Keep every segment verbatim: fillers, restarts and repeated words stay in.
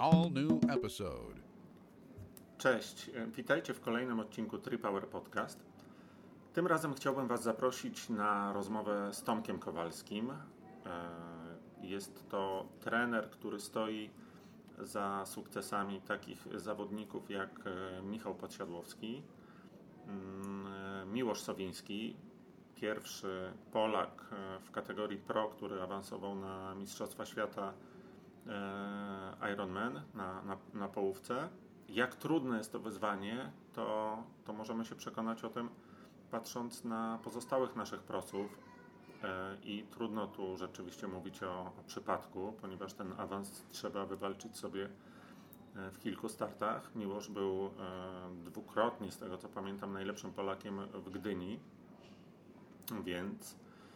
all new episode. Cześć, witajcie w kolejnym odcinku TreePower Podcast. Tym razem chciałbym Was zaprosić na rozmowę z Tomkiem Kowalskim. Jest to trener, który stoi za sukcesami takich zawodników jak Michał Podsiadłowski, Miłosz Sowiński, pierwszy Polak w kategorii Pro, który awansował na Mistrzostwa Świata Ironman na, na, na połówce. Jak trudne jest to wyzwanie, to, to możemy się przekonać o tym, patrząc na pozostałych naszych prosów. I trudno tu rzeczywiście mówić o, o przypadku, ponieważ ten awans trzeba wywalczyć sobie w kilku startach. Miłosz był dwukrotnie, z tego co pamiętam, najlepszym Polakiem w Gdyni, więc,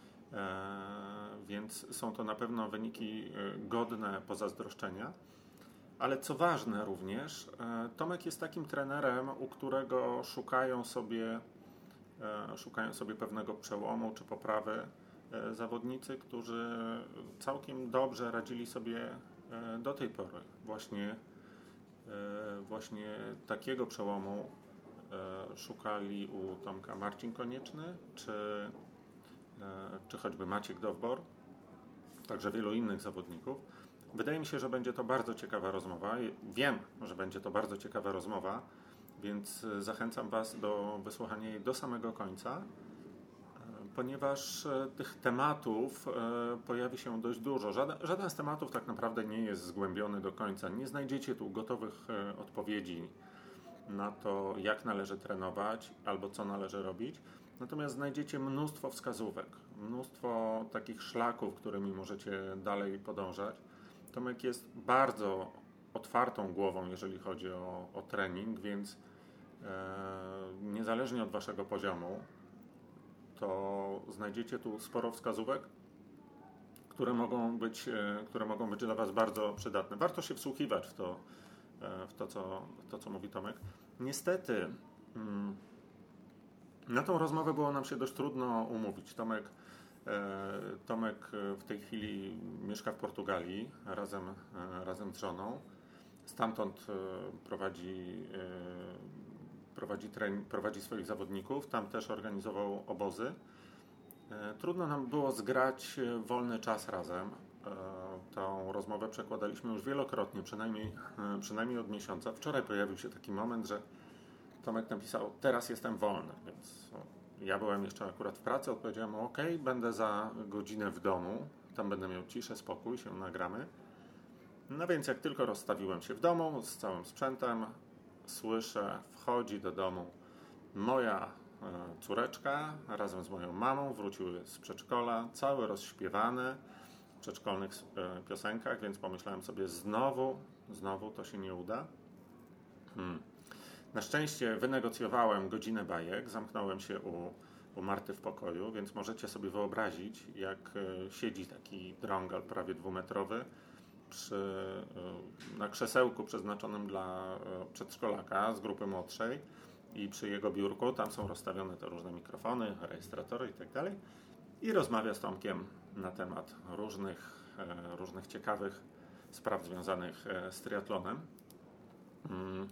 więc są to na pewno wyniki godne pozazdroszczenia. Ale co ważne również, Tomek jest takim trenerem, u którego szukają sobie, szukają sobie pewnego przełomu czy poprawy zawodnicy, którzy całkiem dobrze radzili sobie do tej pory. Właśnie, właśnie takiego przełomu szukali u Tomka Marcin Konieczny, czy, czy choćby Maciek Dowbor, także wielu innych zawodników. Wydaje mi się, że będzie to bardzo ciekawa rozmowa. Wiem, że będzie to bardzo ciekawa rozmowa, więc zachęcam Was do wysłuchania jej do samego końca, ponieważ tych tematów pojawi się dość dużo. Żaden, żaden z tematów tak naprawdę nie jest zgłębiony do końca. Nie znajdziecie tu gotowych odpowiedzi na to, jak należy trenować albo co należy robić. Natomiast znajdziecie mnóstwo wskazówek, mnóstwo takich szlaków, którymi możecie dalej podążać. Tomek jest bardzo otwartą głową, jeżeli chodzi o, o trening, więc e, niezależnie od Waszego poziomu, to znajdziecie tu sporo wskazówek, które mogą być, e, które mogą być dla Was bardzo przydatne. Warto się wsłuchiwać w to, e, w to, co, w to, co mówi Tomek. Niestety mm, na tą rozmowę było nam się dość trudno umówić. Tomek Tomek w tej chwili mieszka w Portugalii razem, razem z żoną. Stamtąd prowadzi, prowadzi, trening, prowadzi swoich zawodników. Tam też organizował obozy. Trudno nam było zgrać wolny czas razem. Tą rozmowę przekładaliśmy już wielokrotnie, przynajmniej, przynajmniej od miesiąca. Wczoraj pojawił się taki moment, że Tomek napisał: teraz jestem wolny, więc ja byłem jeszcze akurat w pracy, odpowiedziałem mu: ok, będę za godzinę w domu, tam będę miał ciszę, spokój, się nagramy. No więc jak tylko rozstawiłem się w domu z całym sprzętem, słyszę, wchodzi do domu moja córeczka razem z moją mamą, wróciły z przedszkola, całe rozśpiewane w przedszkolnych piosenkach, więc pomyślałem sobie, znowu, znowu to się nie uda. Hmm. Na szczęście wynegocjowałem godzinę bajek, zamknąłem się u, u Marty w pokoju, więc możecie sobie wyobrazić, jak siedzi taki drągal prawie dwumetrowy przy, na krzesełku przeznaczonym dla przedszkolaka z grupy młodszej i przy jego biurku, tam są rozstawione te różne mikrofony, rejestratory i tak dalej, i rozmawia z Tomkiem na temat różnych, różnych ciekawych spraw związanych z triatlonem. Hmm.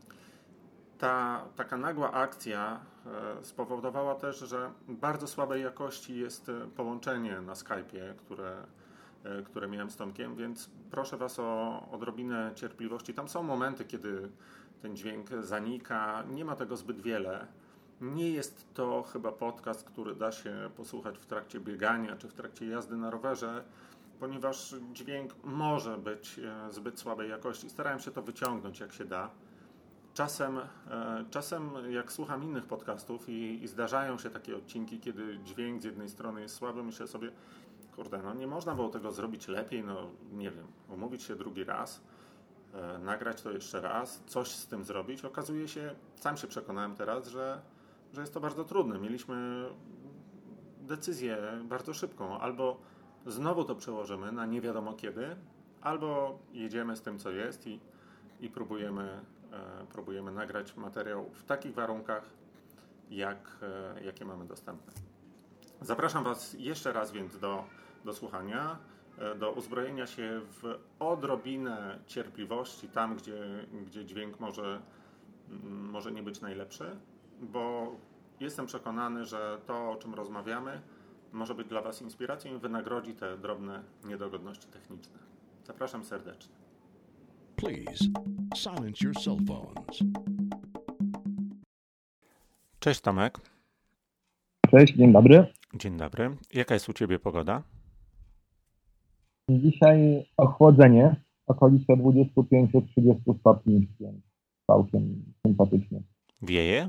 Ta taka nagła akcja spowodowała też, że bardzo słabej jakości jest połączenie na Skype'ie, które, które miałem z Tomkiem, więc proszę Was o odrobinę cierpliwości. Tam są momenty, kiedy ten dźwięk zanika, nie ma tego zbyt wiele. Nie jest to chyba podcast, który da się posłuchać w trakcie biegania czy w trakcie jazdy na rowerze, ponieważ dźwięk może być zbyt słabej jakości. Starałem się to wyciągnąć jak się da. Czasem, czasem jak słucham innych podcastów i, i zdarzają się takie odcinki, kiedy dźwięk z jednej strony jest słaby, myślę sobie, kurde, no nie można było tego zrobić lepiej, no nie wiem, umówić się drugi raz, e, nagrać to jeszcze raz, coś z tym zrobić. Okazuje się, sam się przekonałem teraz, że, że jest to bardzo trudne. Mieliśmy decyzję bardzo szybką, albo znowu to przełożymy na nie wiadomo kiedy, albo jedziemy z tym, co jest i, i próbujemy próbujemy nagrać materiał w takich warunkach, jak, jakie mamy dostępne. Zapraszam Was jeszcze raz więc do, do słuchania. do uzbrojenia się w odrobinę cierpliwości tam, gdzie, gdzie dźwięk może, może nie być najlepszy, bo jestem przekonany, że to, o czym rozmawiamy, może być dla Was inspiracją i wynagrodzi te drobne niedogodności techniczne. Zapraszam serdecznie. Please silence your cell phones. Cześć Tomek. Cześć, dzień dobry. Dzień dobry. Jaka jest u Ciebie pogoda? Dzisiaj ochłodzenie, okolice dwadzieścia pięć do trzydziestu stopni, więc całkiem sympatycznie. Wieje?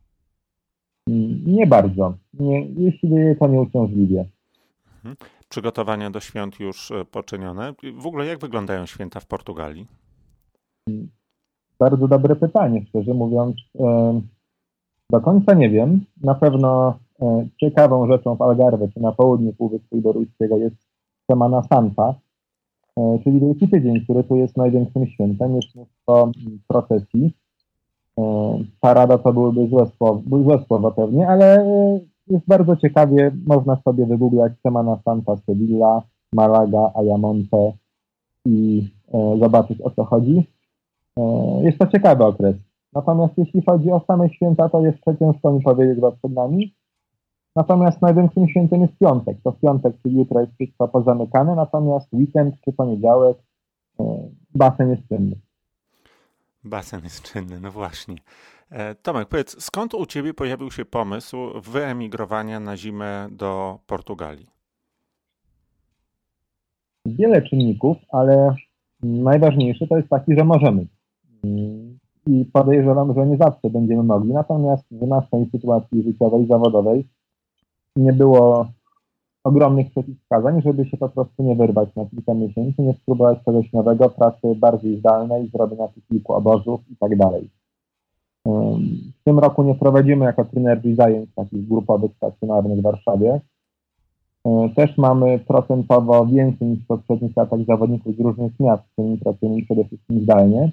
Nie bardzo. Nie, jeśli wieje, to nieuciążliwie. Mhm. Przygotowania do świąt już poczynione. W ogóle jak wyglądają święta w Portugalii? Bardzo dobre pytanie, szczerze mówiąc. Do końca nie wiem. Na pewno ciekawą rzeczą w Algarve, czy na południu Półwyspu Iberyjskiego, jest Semana Santa, czyli Wielki Tydzień, który tu jest największym świętem. Jest mnóstwo procesji. Parada to byłyby złe słowa, złe słowa pewnie, ale jest bardzo ciekawie. Można sobie wygooglać Semana Santa Sevilla, Malaga, Ayamonte i e, zobaczyć, o co chodzi. E, jest to ciekawy okres. Natomiast jeśli chodzi o same święta, to jeszcze ciężko mi powiedzieć, co przed nami. Natomiast największym świętem jest piątek. To w piątek, czyli jutro jest wszystko pozamykane, natomiast weekend czy poniedziałek e, basen jest czynny. Basen jest czynny, no właśnie. E, Tomek, powiedz, skąd u Ciebie pojawił się pomysł wyemigrowania na zimę do Portugalii? Wiele czynników, ale najważniejszy to jest taki, że możemy. I podejrzewam, że nie zawsze będziemy mogli. Natomiast w naszej sytuacji życiowej, zawodowej nie było ogromnych przeciwwskazań, żeby się po prostu nie wyrwać na kilka miesięcy, nie spróbować czegoś nowego, pracy bardziej zdalnej, zrobienia tych kilku obozów i tak dalej. W tym roku nie prowadzimy jako trenerzy zajęć takich grupowych, stacjonarnych w Warszawie. Też mamy procentowo więcej niż w poprzednich latach zawodników z różnych miast, z którymi pracujemy przede wszystkim zdalnie.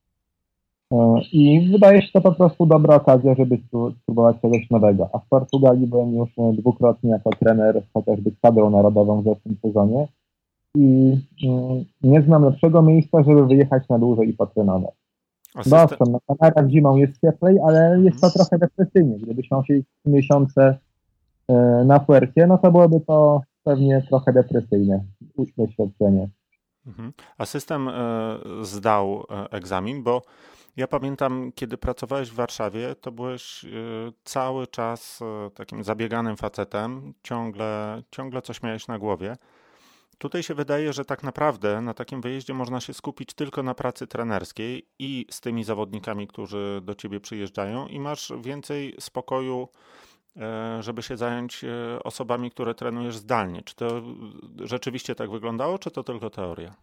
I wydaje się to po prostu dobra okazja, żeby spróbować czegoś nowego. A w Portugalii byłem już dwukrotnie jako trener, chociażby z kadrą narodową w zeszłym sezonie. I nie znam lepszego miejsca, żeby wyjechać na dłużej i potrenować. No owszem, na Kanarach zimą jest cieplej, ale jest to trochę depresyjnie. Gdybyś miał się miesiące na Fuercie, no to byłoby to pewnie trochę depresyjne doświadczenie. A system zdał egzamin, bo ja pamiętam, kiedy pracowałeś w Warszawie, to byłeś cały czas takim zabieganym facetem, ciągle, ciągle coś miałeś na głowie. Tutaj się wydaje, że tak naprawdę na takim wyjeździe można się skupić tylko na pracy trenerskiej i z tymi zawodnikami, którzy do ciebie przyjeżdżają i masz więcej spokoju, żeby się zająć osobami, które trenujesz zdalnie. Czy to rzeczywiście tak wyglądało, czy to tylko teoria?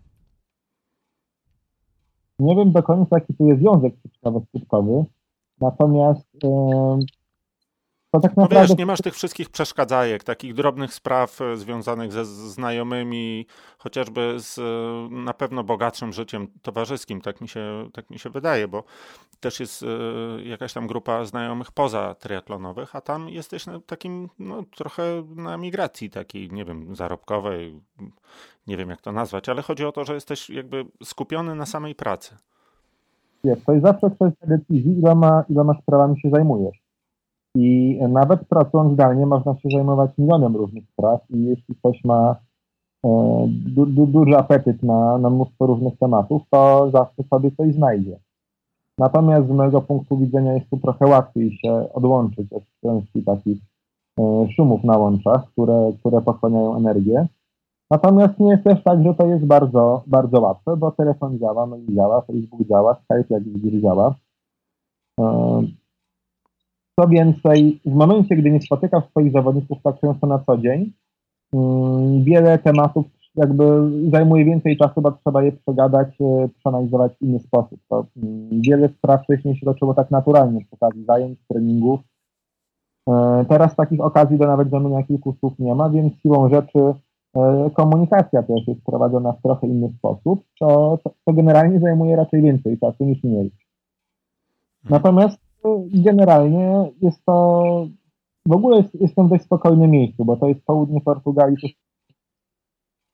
Nie wiem do końca, jaki tu jest związek przyczynowo-skutkowy, natomiast yy, to tak naprawdę... No wiesz, nie masz tych wszystkich przeszkadzajek, takich drobnych spraw związanych ze znajomymi, chociażby z na pewno bogatszym życiem towarzyskim, tak mi się, tak mi się wydaje, bo też jest jakaś tam grupa znajomych poza triatlonowych, a tam jesteś na takim, no trochę na migracji takiej, nie wiem, zarobkowej, nie wiem jak to nazwać, ale chodzi o to, że jesteś jakby skupiony na samej pracy. Jest, to jest zawsze kwestia decyzji, iloma, iloma sprawami się zajmujesz. I nawet pracując zdalnie można się zajmować milionem różnych spraw i jeśli ktoś ma e, du, du, duży apetyt na, na mnóstwo różnych tematów, to zawsze sobie coś znajdzie. Natomiast z mojego punktu widzenia jest tu trochę łatwiej się odłączyć od części takich e, szumów na łączach, które, które pochłaniają energię. Natomiast nie jest też tak, że to jest bardzo, bardzo łatwe, bo telefon działa, mail działa, Facebook działa, Skype jak widzisz działa. E, Co więcej, w momencie, gdy nie spotykasz swoich zawodników tak często na co dzień, wiele tematów jakby zajmuje więcej czasu, bo trzeba je przegadać, przeanalizować w inny sposób. To wiele spraw wcześniej się toczyło tak naturalnie, przy okazji zajęć, treningów. Teraz takich okazji do nawet zamienia kilku słów nie ma, więc siłą rzeczy komunikacja też jest prowadzona w trochę inny sposób, to, to, to generalnie zajmuje raczej więcej czasu niż mniej. Natomiast generalnie jest to, w ogóle jest, jestem w dość spokojnym miejscu, bo to jest południe Portugalii.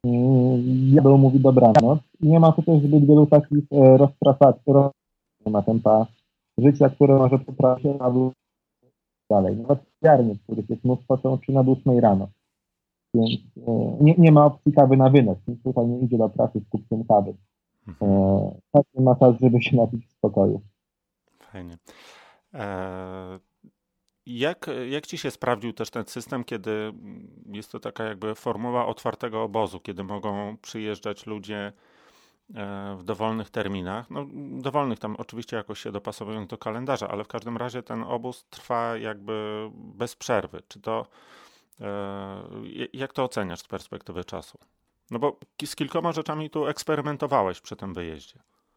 Diabeł mówi dobranoc. I nie ma tu też zbyt wielu takich rozprasacji na tempa życia, które może poprawić się na dalej. Nawet w piarni, w których jest mnóstwo, są czy nad ósmej rano. Więc nie, nie ma opcji kawy na wynos. Nikt tutaj nie idzie do pracy z kubkiem kawy. Każdy ma czas, żeby się napić w spokoju. Fajnie. Eee, jak, jak ci się sprawdził też ten system, kiedy jest to taka jakby formuła otwartego obozu, kiedy mogą przyjeżdżać ludzie w dowolnych terminach, no dowolnych tam oczywiście jakoś się dopasowując do kalendarza, ale w każdym razie ten obóz trwa jakby bez przerwy. Czy to, jak to oceniasz z perspektywy czasu? No bo z kilkoma rzeczami tu eksperymentowałeś przy tym wyjeździe.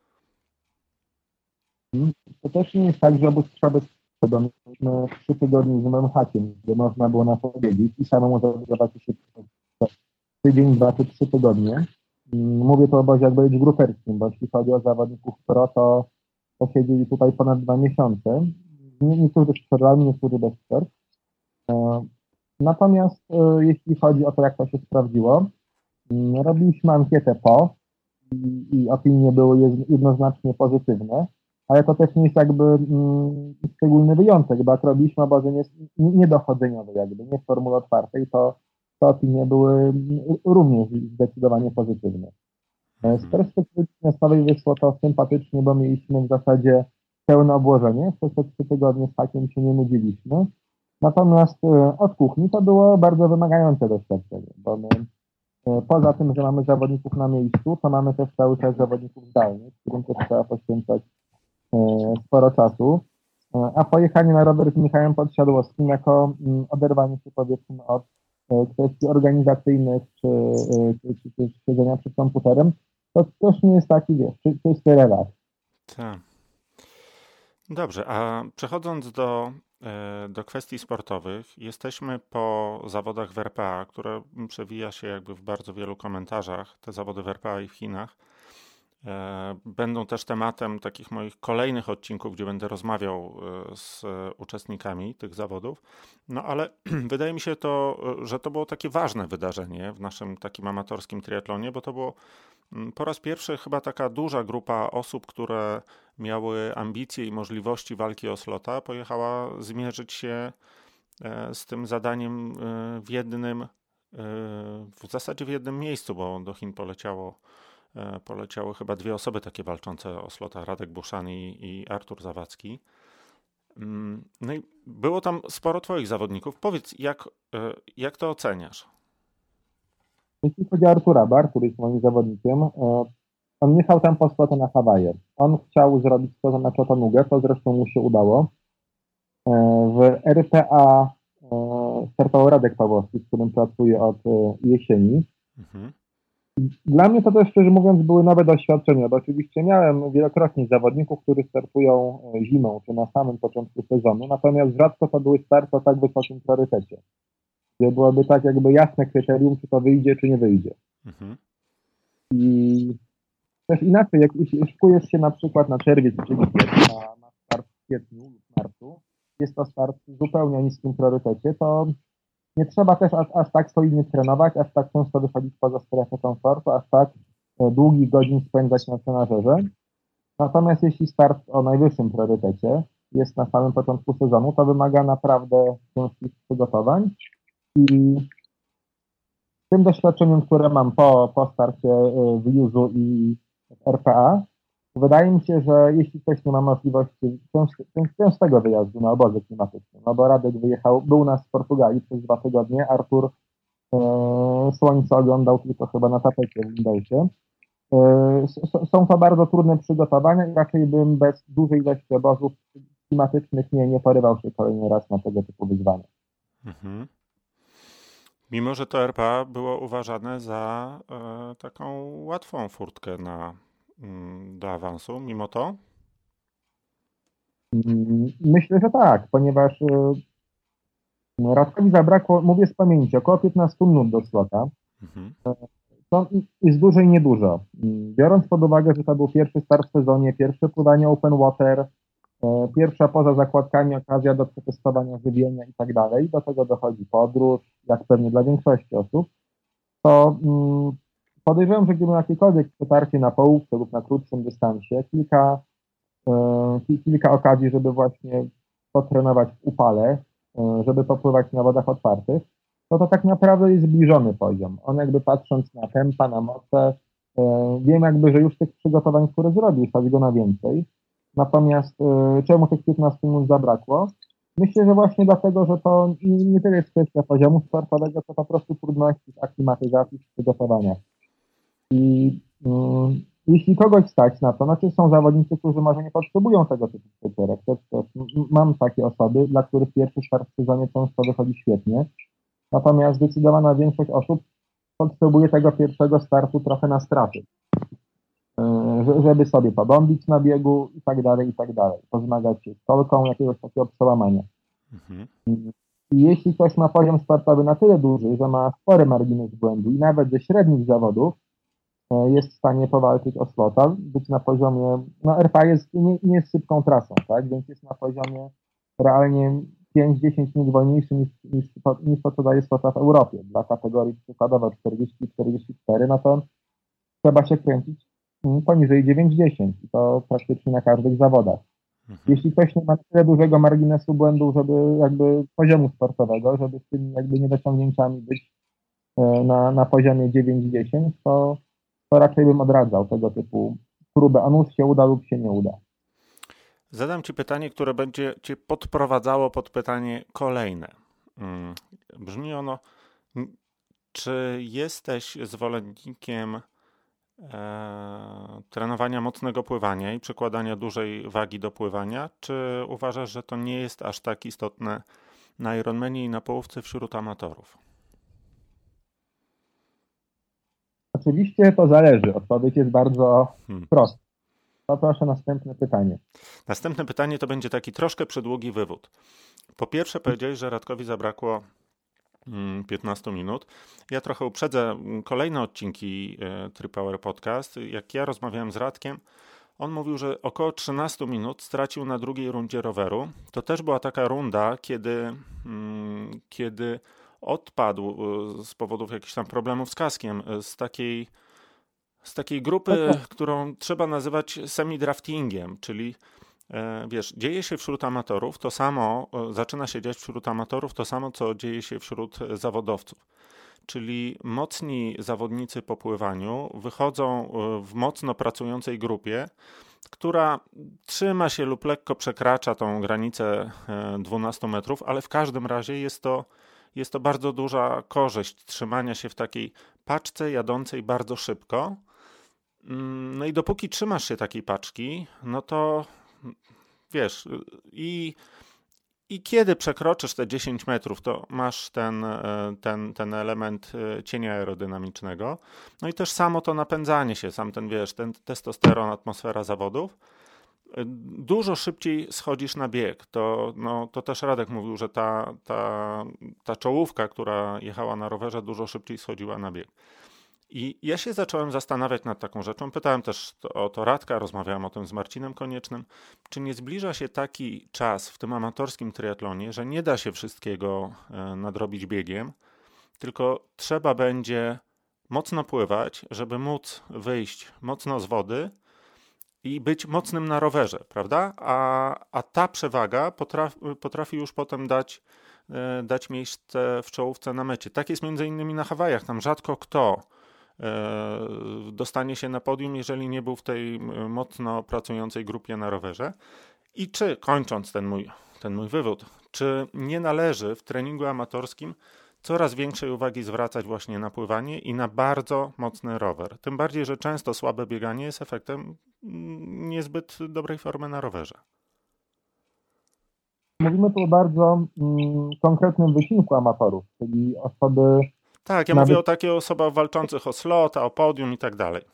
To też nie jest tak, że obóz trwa bez przerwy. Mieliśmy trzy tygodnie z nowym hakiem, gdzie można było nas powiedzieć i samemu zorganizować się tydzień, dwa czy trzy tygodnie. Mówię to o obozie jakby być gruperskim, bo jeśli chodzi o zawodników pro, to, to siedzieli tutaj ponad dwa miesiące. Niektórzy z przerwami, niektórzy bez przerw. Natomiast jeśli chodzi o to, jak to się sprawdziło, robiliśmy ankietę po i, i opinie były jednoznacznie pozytywne, ale to też nie jest jakby mm, szczególny wyjątek, bo jak robiliśmy obozy niedochodzeniowe jakby, nie w formule otwartej, to te opinie były również zdecydowanie pozytywne. Z perspektywy finansowej wyszło to sympatycznie, bo mieliśmy w zasadzie pełne obłożenie, przez te trzy tygodnie z hakiem się nie nudziliśmy. Natomiast od kuchni to było bardzo wymagające doświadczenie, bo my poza tym, że mamy zawodników na miejscu, to mamy też cały czas zawodników zdalnych, którym też trzeba poświęcać sporo czasu. A pojechanie na rower z Michałem Podsiadłowskim jako oderwanie się powiedzmy od kwestii organizacyjnych czy, czy, czy, czy siedzenia przed komputerem, to też nie jest taki, wiesz, czy, czysty relaks. Tak. Dobrze, a przechodząc do, do kwestii sportowych, jesteśmy po zawodach w R P A, które przewija się jakby w bardzo wielu komentarzach, te zawody w R P A i w Chinach. Będą też tematem takich moich kolejnych odcinków, gdzie będę rozmawiał z uczestnikami tych zawodów. No ale wydaje mi się to, że to było takie ważne wydarzenie w naszym takim amatorskim triatlonie, bo to było po raz pierwszy chyba taka duża grupa osób, które miały ambicje i możliwości walki o slota, pojechała zmierzyć się z tym zadaniem w jednym, w zasadzie w jednym miejscu, bo do Chin poleciało Poleciały chyba dwie osoby takie walczące o slota, Radek Buszan i, i Artur Zawadzki. No i było tam sporo twoich zawodników. Powiedz, jak, jak to oceniasz? Jeśli chodzi o Artura, bo Artur jest moim zawodnikiem, on jechał tam po slotę na Hawaje. On chciał zrobić to na Chattanooga, to zresztą mu się udało. W R P A startował Radek Pawłowski, z którym pracuję od jesieni. Mhm. Dla mnie to też, szczerze mówiąc, były nowe doświadczenia, bo oczywiście miałem wielokrotnie zawodników, którzy startują zimą, czy na samym początku sezonu, natomiast rzadko to były starty o tak wysokim priorytecie, gdzie byłoby tak jakby jasne kryterium, czy to wyjdzie, czy nie wyjdzie. Mhm. I też inaczej, jak szykujesz się na przykład na czerwiec, czyli na, na start w kwietniu lub marcu, jest to start zupełnie o niskim priorytecie, to nie trzeba też aż, aż tak solidnie trenować, aż tak często wychodzić poza strefę komfortu, aż tak e, długich godzin spędzać na trenażerze. Natomiast jeśli start o najwyższym priorytecie jest na samym początku sezonu, to wymaga naprawdę ciężkich przygotowań i tym doświadczeniem, które mam po, po starcie w Juzu i w R P A, wydaje mi się, że jeśli ktoś nie ma możliwości częstego wyjazdu na obozy klimatyczne, no bo Radek wyjechał, był u nas w Portugalii przez dwa tygodnie, Artur e, słońce oglądał tylko chyba na tapecie w Windowsie. E, są to bardzo trudne przygotowania i raczej bym bez dużej ilości obozów klimatycznych nie, nie porywał się kolejny raz na tego typu wyzwania. Mhm. Mimo że to R P A było uważane za e, taką łatwą furtkę na do awansu, mimo to? Myślę, że tak, ponieważ Radkowi zabrakło, mówię z pamięci, około piętnaście minut do slota. Mhm. To jest dużo i niedużo. Biorąc pod uwagę, że to był pierwszy start w sezonie, pierwsze pływanie open water, pierwsza poza zakładkami okazja do przetestowania żywienia i tak dalej, do tego dochodzi podróż, jak pewnie dla większości osób, to podejrzewam, że gdyby jakiekolwiek przetarcie na połówce lub na krótszym dystansie, kilka, yy, kilka okazji, żeby właśnie potrenować w upale, yy, żeby popływać na wodach otwartych, no to tak naprawdę jest zbliżony poziom. On jakby patrząc na tempa, na moce, yy, wiem jakby, że już tych przygotowań, które zrobił, stać go na więcej. Natomiast yy, czemu tych piętnastu minut zabrakło? Myślę, że właśnie dlatego, że to nie tyle jest kwestia poziomu sportowego, to po prostu trudności z aklimatyzacji, z przygotowania. I mm, jeśli kogoś stać na to, znaczy są zawodnicy, którzy może nie potrzebują tego typu przecierek. To, to, mam takie osoby, dla których pierwszy start w sezonie często wychodzi świetnie. Natomiast zdecydowana większość osób potrzebuje tego pierwszego startu trochę na straty. Yy, żeby sobie pobombić na biegu i tak dalej, i tak dalej. Pozmagać się z kolką, jakiegoś takiego przełamania. Mhm. I jeśli ktoś ma poziom sportowy na tyle duży, że ma spory margines błędu i nawet ze średnich zawodów jest w stanie powalczyć o slota, być na poziomie, no R P A jest, nie, nie jest szybką trasą, tak, więc jest na poziomie realnie pięć do dziesięciu minut wolniejszy niż, niż, niż to, co daje slota w Europie. Dla kategorii przykładowo czterdzieści czterdzieści cztery, no to trzeba się kręcić poniżej dziewięć dziesięć i to praktycznie na każdych zawodach. Mhm. Jeśli ktoś nie ma tyle dużego marginesu błędu, żeby jakby poziomu sportowego, żeby z tymi jakby niedociągnięciami być na, na poziomie dziewięć dziesięć, to, to raczej bym odradzał tego typu próbę, a nuż się uda lub się nie uda. Zadam Ci pytanie, które będzie Cię podprowadzało pod pytanie kolejne. Brzmi ono, czy jesteś zwolennikiem E, trenowania mocnego pływania i przykładania dużej wagi do pływania, czy uważasz, że to nie jest aż tak istotne na Ironmanie i na połówce wśród amatorów? Oczywiście to zależy. Odpowiedź jest bardzo hmm. prosta. Poproszę następne pytanie. Następne pytanie to będzie taki troszkę przedługi wywód. Po pierwsze powiedziałeś, że Radkowi zabrakło piętnastu minut. Ja trochę uprzedzę kolejne odcinki Tripower Podcast. Jak ja rozmawiałem z Radkiem, on mówił, że około trzynastu minut stracił na drugiej rundzie roweru. To też była taka runda, kiedy, kiedy odpadł z powodów jakichś tam problemów z kaskiem, z takiej, z takiej grupy, którą trzeba nazywać semi-draftingiem, czyli wiesz, dzieje się wśród amatorów to samo, zaczyna się dziać wśród amatorów to samo, co dzieje się wśród zawodowców. Czyli mocni zawodnicy po pływaniu wychodzą w mocno pracującej grupie, która trzyma się lub lekko przekracza tą granicę dwunastu metrów, ale w każdym razie jest to, jest to bardzo duża korzyść trzymania się w takiej paczce jadącej bardzo szybko. No i dopóki trzymasz się takiej paczki, no to wiesz, i, i kiedy przekroczysz te dziesięć metrów, to masz ten, ten, ten element cienia aerodynamicznego. No i też samo to napędzanie się, sam ten, wiesz, ten testosteron, atmosfera zawodów. Dużo szybciej schodzisz na bieg. To, no, to też Radek mówił, że ta, ta, ta czołówka, która jechała na rowerze, dużo szybciej schodziła na bieg. I ja się zacząłem zastanawiać nad taką rzeczą. Pytałem też o to Radka, rozmawiałem o tym z Marcinem Koniecznym. Czy nie zbliża się taki czas w tym amatorskim triatlonie, że nie da się wszystkiego nadrobić biegiem, tylko trzeba będzie mocno pływać, żeby móc wyjść mocno z wody i być mocnym na rowerze, prawda? A, a ta przewaga potrafi, potrafi już potem dać, dać miejsce w czołówce na mecie. Tak jest między innymi na Hawajach. Tam rzadko kto dostanie się na podium, jeżeli nie był w tej mocno pracującej grupie na rowerze. I czy, kończąc ten mój, ten mój wywód, czy nie należy w treningu amatorskim coraz większej uwagi zwracać właśnie na pływanie i na bardzo mocny rower? Tym bardziej, że często słabe bieganie jest efektem niezbyt dobrej formy na rowerze. Mówimy tu o bardzo mm, konkretnym wycinku amatorów, czyli osoby... Tak, ja Nawet... mówię o takich osobach walczących o slot, o podium i tak dalej.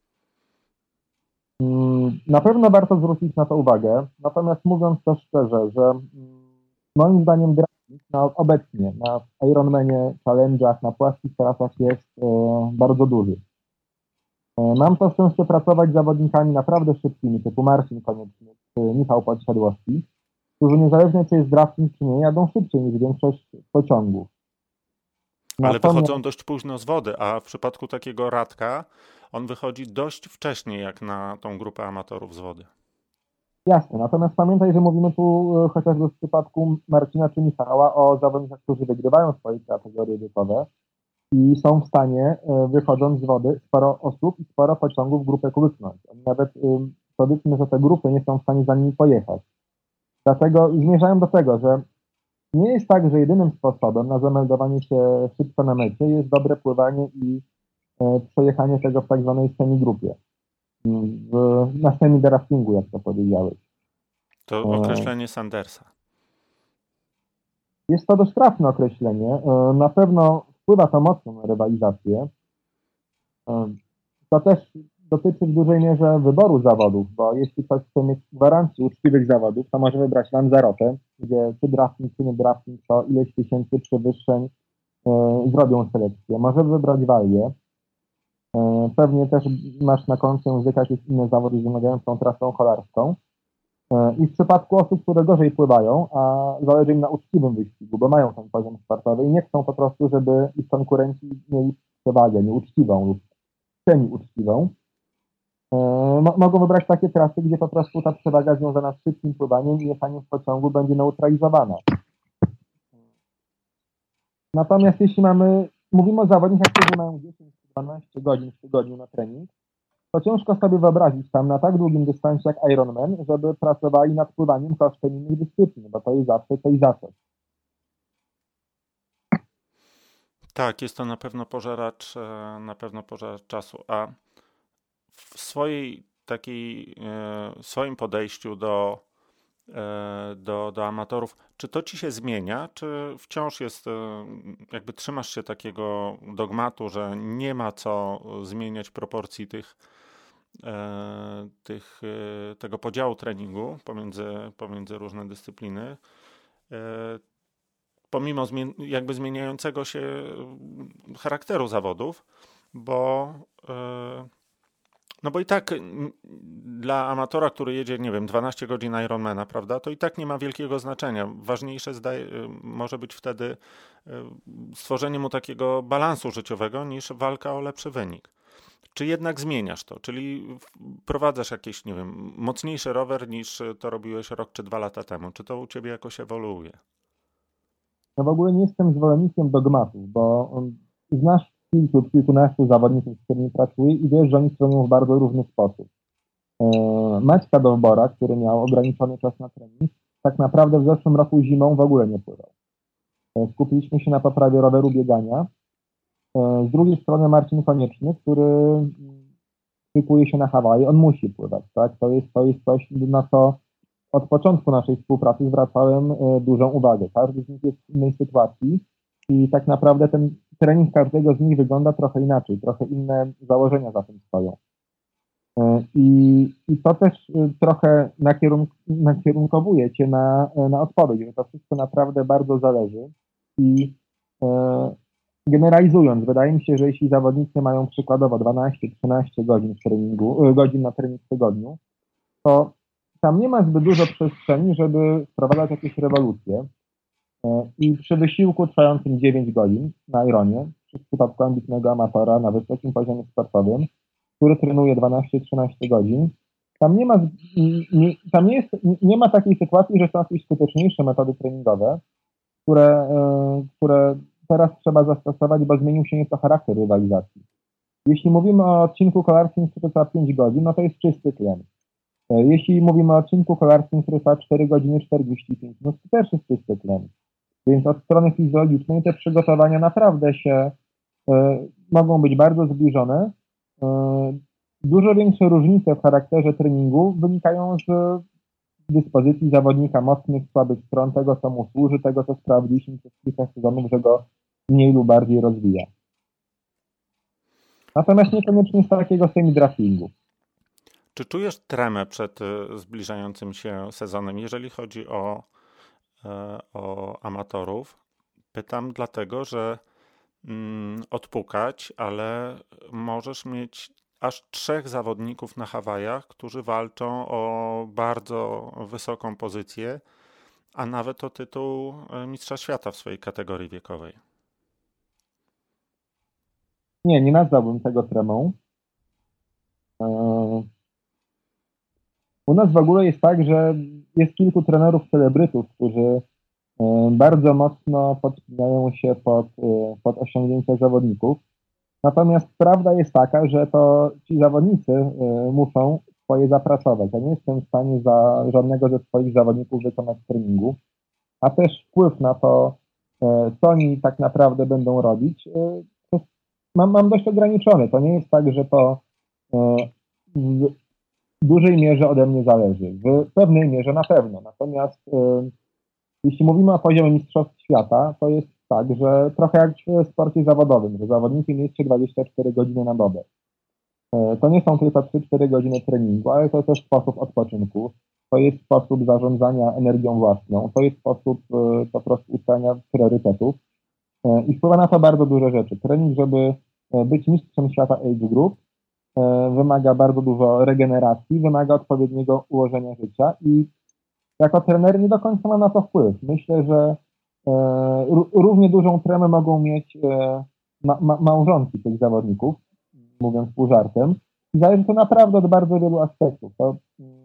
Na pewno warto zwrócić na to uwagę, natomiast mówiąc też szczerze, że moim zdaniem drafting na, obecnie na Ironmanie, challenge'ach, na płaskich trasach jest e, bardzo duży. E, mam to szczęście pracować z zawodnikami naprawdę szybkimi, typu Marcin Konieczny czy Michał Podsiadłowski, którzy niezależnie czy jest drafting czy nie, jadą szybciej niż większość pociągów. Ale wychodzą dość późno z wody, a w przypadku takiego Radka on wychodzi dość wcześnie jak na tą grupę amatorów z wody. Jasne, natomiast pamiętaj, że mówimy tu chociażby w przypadku Marcina czy Michała o zawodnikach, którzy wygrywają swoje kategorie wiekowe i są w stanie, wychodząc z wody, sporo osób i sporo pociągów grupę kłyknąć. Oni nawet powiedzmy, że te grupy nie są w stanie za nimi pojechać. Dlatego zmierzają do tego, że nie jest tak, że jedynym sposobem na zameldowanie się szybko na mecie jest dobre pływanie i e, przejechanie tego w tak zwanej semigrupie. W, na semi-draftingu, jak to powiedziałeś. To określenie Sandersa. Jest to dość trafne określenie. E, na pewno wpływa to mocno na rywalizację. E, to też dotyczy w dużej mierze wyboru zawodów, bo jeśli ktoś chce mieć gwarancję uczciwych zawodów, to może wybrać Lanzarotę, gdzie czy drafting, czy nie drafting, to ileś tysięcy przewyższeń e, zrobią selekcję. Może wybrać Walię. E, pewnie też masz na koncie języka jakieś inne zawody z wymagającą trasą kolarską. E, I w przypadku osób, które gorzej pływają, a zależy im na uczciwym wyścigu, bo mają ten poziom startowy i nie chcą po prostu, żeby ich konkurenci mieli przewagę nieuczciwą lub semi-uczciwą, mogą wybrać takie trasy, gdzie po prostu ta przewaga związana z szybkim pływaniem i jechaniem w pociągu będzie neutralizowana. Natomiast jeśli mamy, mówimy o zawodnikach, którzy mają dziesięć do dwunastu godzin w tygodniu na trening, to ciężko sobie wyobrazić tam na tak długim dystansie jak Ironman, żeby pracowali nad pływaniem kosztem innych dyscyplin, bo to jest zawsze coś za coś. Tak, jest to na pewno pożeracz, na pewno pożeracz czasu, a w swojej takiej, w swoim podejściu do, do, do amatorów, czy to ci się zmienia, czy wciąż jest, jakby trzymasz się takiego dogmatu, że nie ma co zmieniać proporcji tych, tych, tego podziału treningu pomiędzy, pomiędzy różne dyscypliny, pomimo zmien- jakby zmieniającego się charakteru zawodów, bo no bo i tak dla amatora, który jedzie, nie wiem, dwanaście godzin Ironmana, prawda, to i tak nie ma wielkiego znaczenia. Ważniejsze zdaje, może być wtedy stworzenie mu takiego balansu życiowego niż walka o lepszy wynik. Czy jednak zmieniasz to? Czyli wprowadzasz jakiś, nie wiem, mocniejszy rower niż to robiłeś rok czy dwa lata temu? Czy to u ciebie jakoś ewoluuje? No w ogóle nie jestem zwolennikiem dogmatów, bo znasz kilku, kilkunastu zawodników, z którymi pracuję i wiesz, że oni trenują w bardzo różny sposób. Maćka Dowbora, który miał ograniczony czas na trening, tak naprawdę w zeszłym roku zimą w ogóle nie pływał. Skupiliśmy się na poprawie roweru biegania. Z drugiej strony Marcin Konieczny, który szykuje się na Hawaje, on musi pływać, tak? To jest, to jest coś, na co od początku naszej współpracy zwracałem dużą uwagę. Każdy z nich jest w innej sytuacji i tak naprawdę ten trening każdego z nich wygląda trochę inaczej, trochę inne założenia za tym stoją. I, i to też trochę nakierunk nakierunkowuje Cię na, na odpowiedź, że to wszystko naprawdę bardzo zależy i e, generalizując, wydaje mi się, że jeśli zawodnicy mają przykładowo dwanaście trzynaście godzin, w treningu, godzin na trening w tygodniu, to tam nie ma zbyt dużo przestrzeni, żeby wprowadzać jakieś rewolucje. I przy wysiłku trwającym dziewięć godzin na Ironie, w przypadku ambitnego amatora na wysokim poziomie sportowym, który trenuje dwanaście trzynaście godzin, tam nie ma, nie, tam nie, jest, nie ma takiej sytuacji, że są jakieś skuteczniejsze metody treningowe, które, które teraz trzeba zastosować, bo zmienił się nieco charakter rywalizacji. Jeśli mówimy o odcinku kolarskim, który trwa pięć godzin, no to jest czysty tlen. Jeśli mówimy o odcinku kolarskim, który trwa cztery godziny czterdzieści pięć minut, to też jest czysty tlen. Więc od strony fizjologicznej te przygotowania naprawdę się y, mogą być bardzo zbliżone. Y, dużo większe różnice w charakterze treningu wynikają z dyspozycji zawodnika, mocnych, słabych stron, tego co mu służy, tego co sprawdziliśmy przez kilka sezonów, że go mniej lub bardziej rozwija. Natomiast niekoniecznie z takiego semi-draftingu. Czy czujesz tremę przed zbliżającym się sezonem, jeżeli chodzi o, o amatorów? Pytam dlatego, że mm, odpukać, ale możesz mieć aż trzech zawodników na Hawajach, którzy walczą o bardzo wysoką pozycję, a nawet o tytuł mistrza świata w swojej kategorii wiekowej. Nie, nie nazwałbym tego tremą. U nas w ogóle jest tak, że jest kilku trenerów celebrytów, którzy bardzo mocno podpinają się pod, pod osiągnięcia zawodników. Natomiast prawda jest taka, że to ci zawodnicy muszą swoje zapracować. Ja nie jestem w stanie za żadnego ze swoich zawodników wykonać treningu, a też wpływ na to, co oni tak naprawdę będą robić, mam, mam dość ograniczony. To nie jest tak, że to w dużej mierze ode mnie zależy. W pewnej mierze na pewno. Natomiast jeśli mówimy o poziomie mistrzostw świata, to jest tak, że trochę jak w sporcie zawodowym, że zawodnikiem jest dwadzieścia cztery godziny na dobę. To nie są tylko trzy cztery godziny treningu, ale to też sposób odpoczynku, to jest sposób zarządzania energią własną, to jest sposób po prostu ustalania priorytetów i wpływa na to bardzo duże rzeczy. Trening, żeby być mistrzem świata age group, wymaga bardzo dużo regeneracji, wymaga odpowiedniego ułożenia życia i jako trener nie do końca ma na to wpływ. Myślę, że e, równie dużą tremę mogą mieć e, ma, ma, małżonki tych zawodników, mówiąc pół żartem. I zależy to naprawdę od bardzo wielu aspektów. To,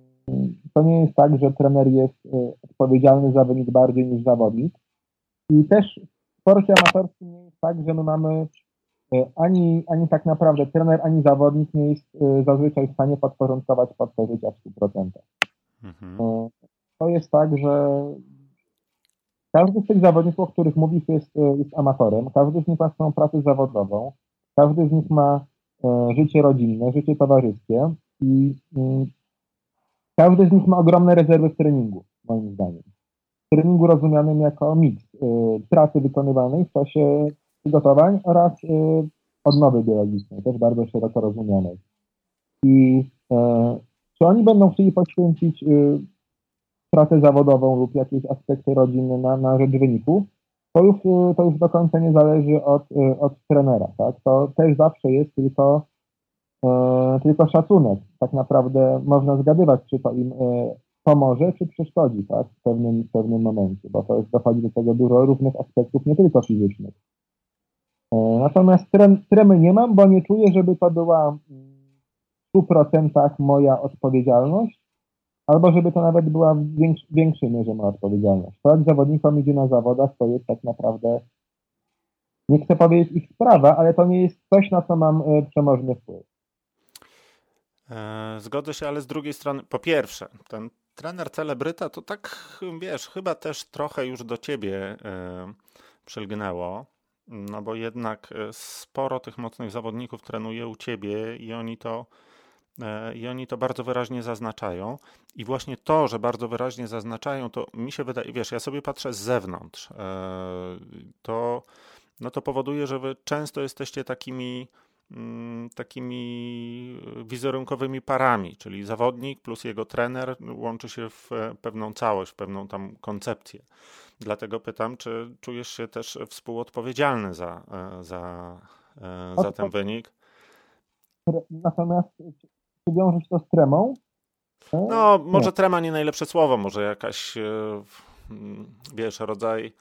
to nie jest tak, że trener jest e, odpowiedzialny za wynik bardziej niż zawodnik. I też w sporcie amatorskim nie jest tak, że my mamy e, ani, ani tak naprawdę trener, ani zawodnik nie jest e, zazwyczaj w stanie podporządkować pod to życia w stu procentach. Mhm. E, To jest tak, że każdy z tych zawodników, o których mówisz, jest, jest amatorem. Każdy z nich ma swoją pracę zawodową. Każdy z nich ma e, życie rodzinne, życie towarzyskie i y, każdy z nich ma ogromne rezerwy w treningu, moim zdaniem. W treningu rozumianym jako miks y, pracy wykonywanej w czasie przygotowań oraz y, odnowy biologicznej, też bardzo szeroko rozumianej. I y, czy oni będą chcieli poświęcić y, pracę zawodową lub jakieś aspekty rodzinne na, na rzecz wyniku, to już, to już do końca nie zależy od, od trenera, tak? To też zawsze jest tylko, e, tylko szacunek. Tak naprawdę można zgadywać, czy to im e, pomoże, czy przeszkodzi, tak? W pewnym, w pewnym momencie, bo to jest, dochodzi do tego dużo różnych aspektów, nie tylko fizycznych. E, natomiast trem, tremy nie mam, bo nie czuję, żeby to była w stu procentach moja odpowiedzialność, albo żeby to nawet była w większy, większej mierze moja odpowiedzialność. To jak zawodnikom idzie na zawodach, to jest tak naprawdę, nie chcę powiedzieć ich sprawa, ale to nie jest coś, na co mam y, przemożny wpływ. Zgodzę się, ale z drugiej strony, po pierwsze, ten trener celebryta to tak, wiesz, chyba też trochę już do ciebie y, przylgnęło, no bo jednak sporo tych mocnych zawodników trenuje u ciebie i oni to I oni to bardzo wyraźnie zaznaczają. I właśnie to, że bardzo wyraźnie zaznaczają, to mi się wydaje, wiesz, ja sobie patrzę z zewnątrz, to, no to powoduje, że wy często jesteście takimi, takimi wizerunkowymi parami, czyli zawodnik plus jego trener łączy się w pewną całość, w pewną tam koncepcję. Dlatego pytam, czy czujesz się też współodpowiedzialny za, za, za ten wynik? Natomiast czy wiąże się to z tremą? No, może nie. Trema nie najlepsze słowo, może jakaś, wiesz, rodzaj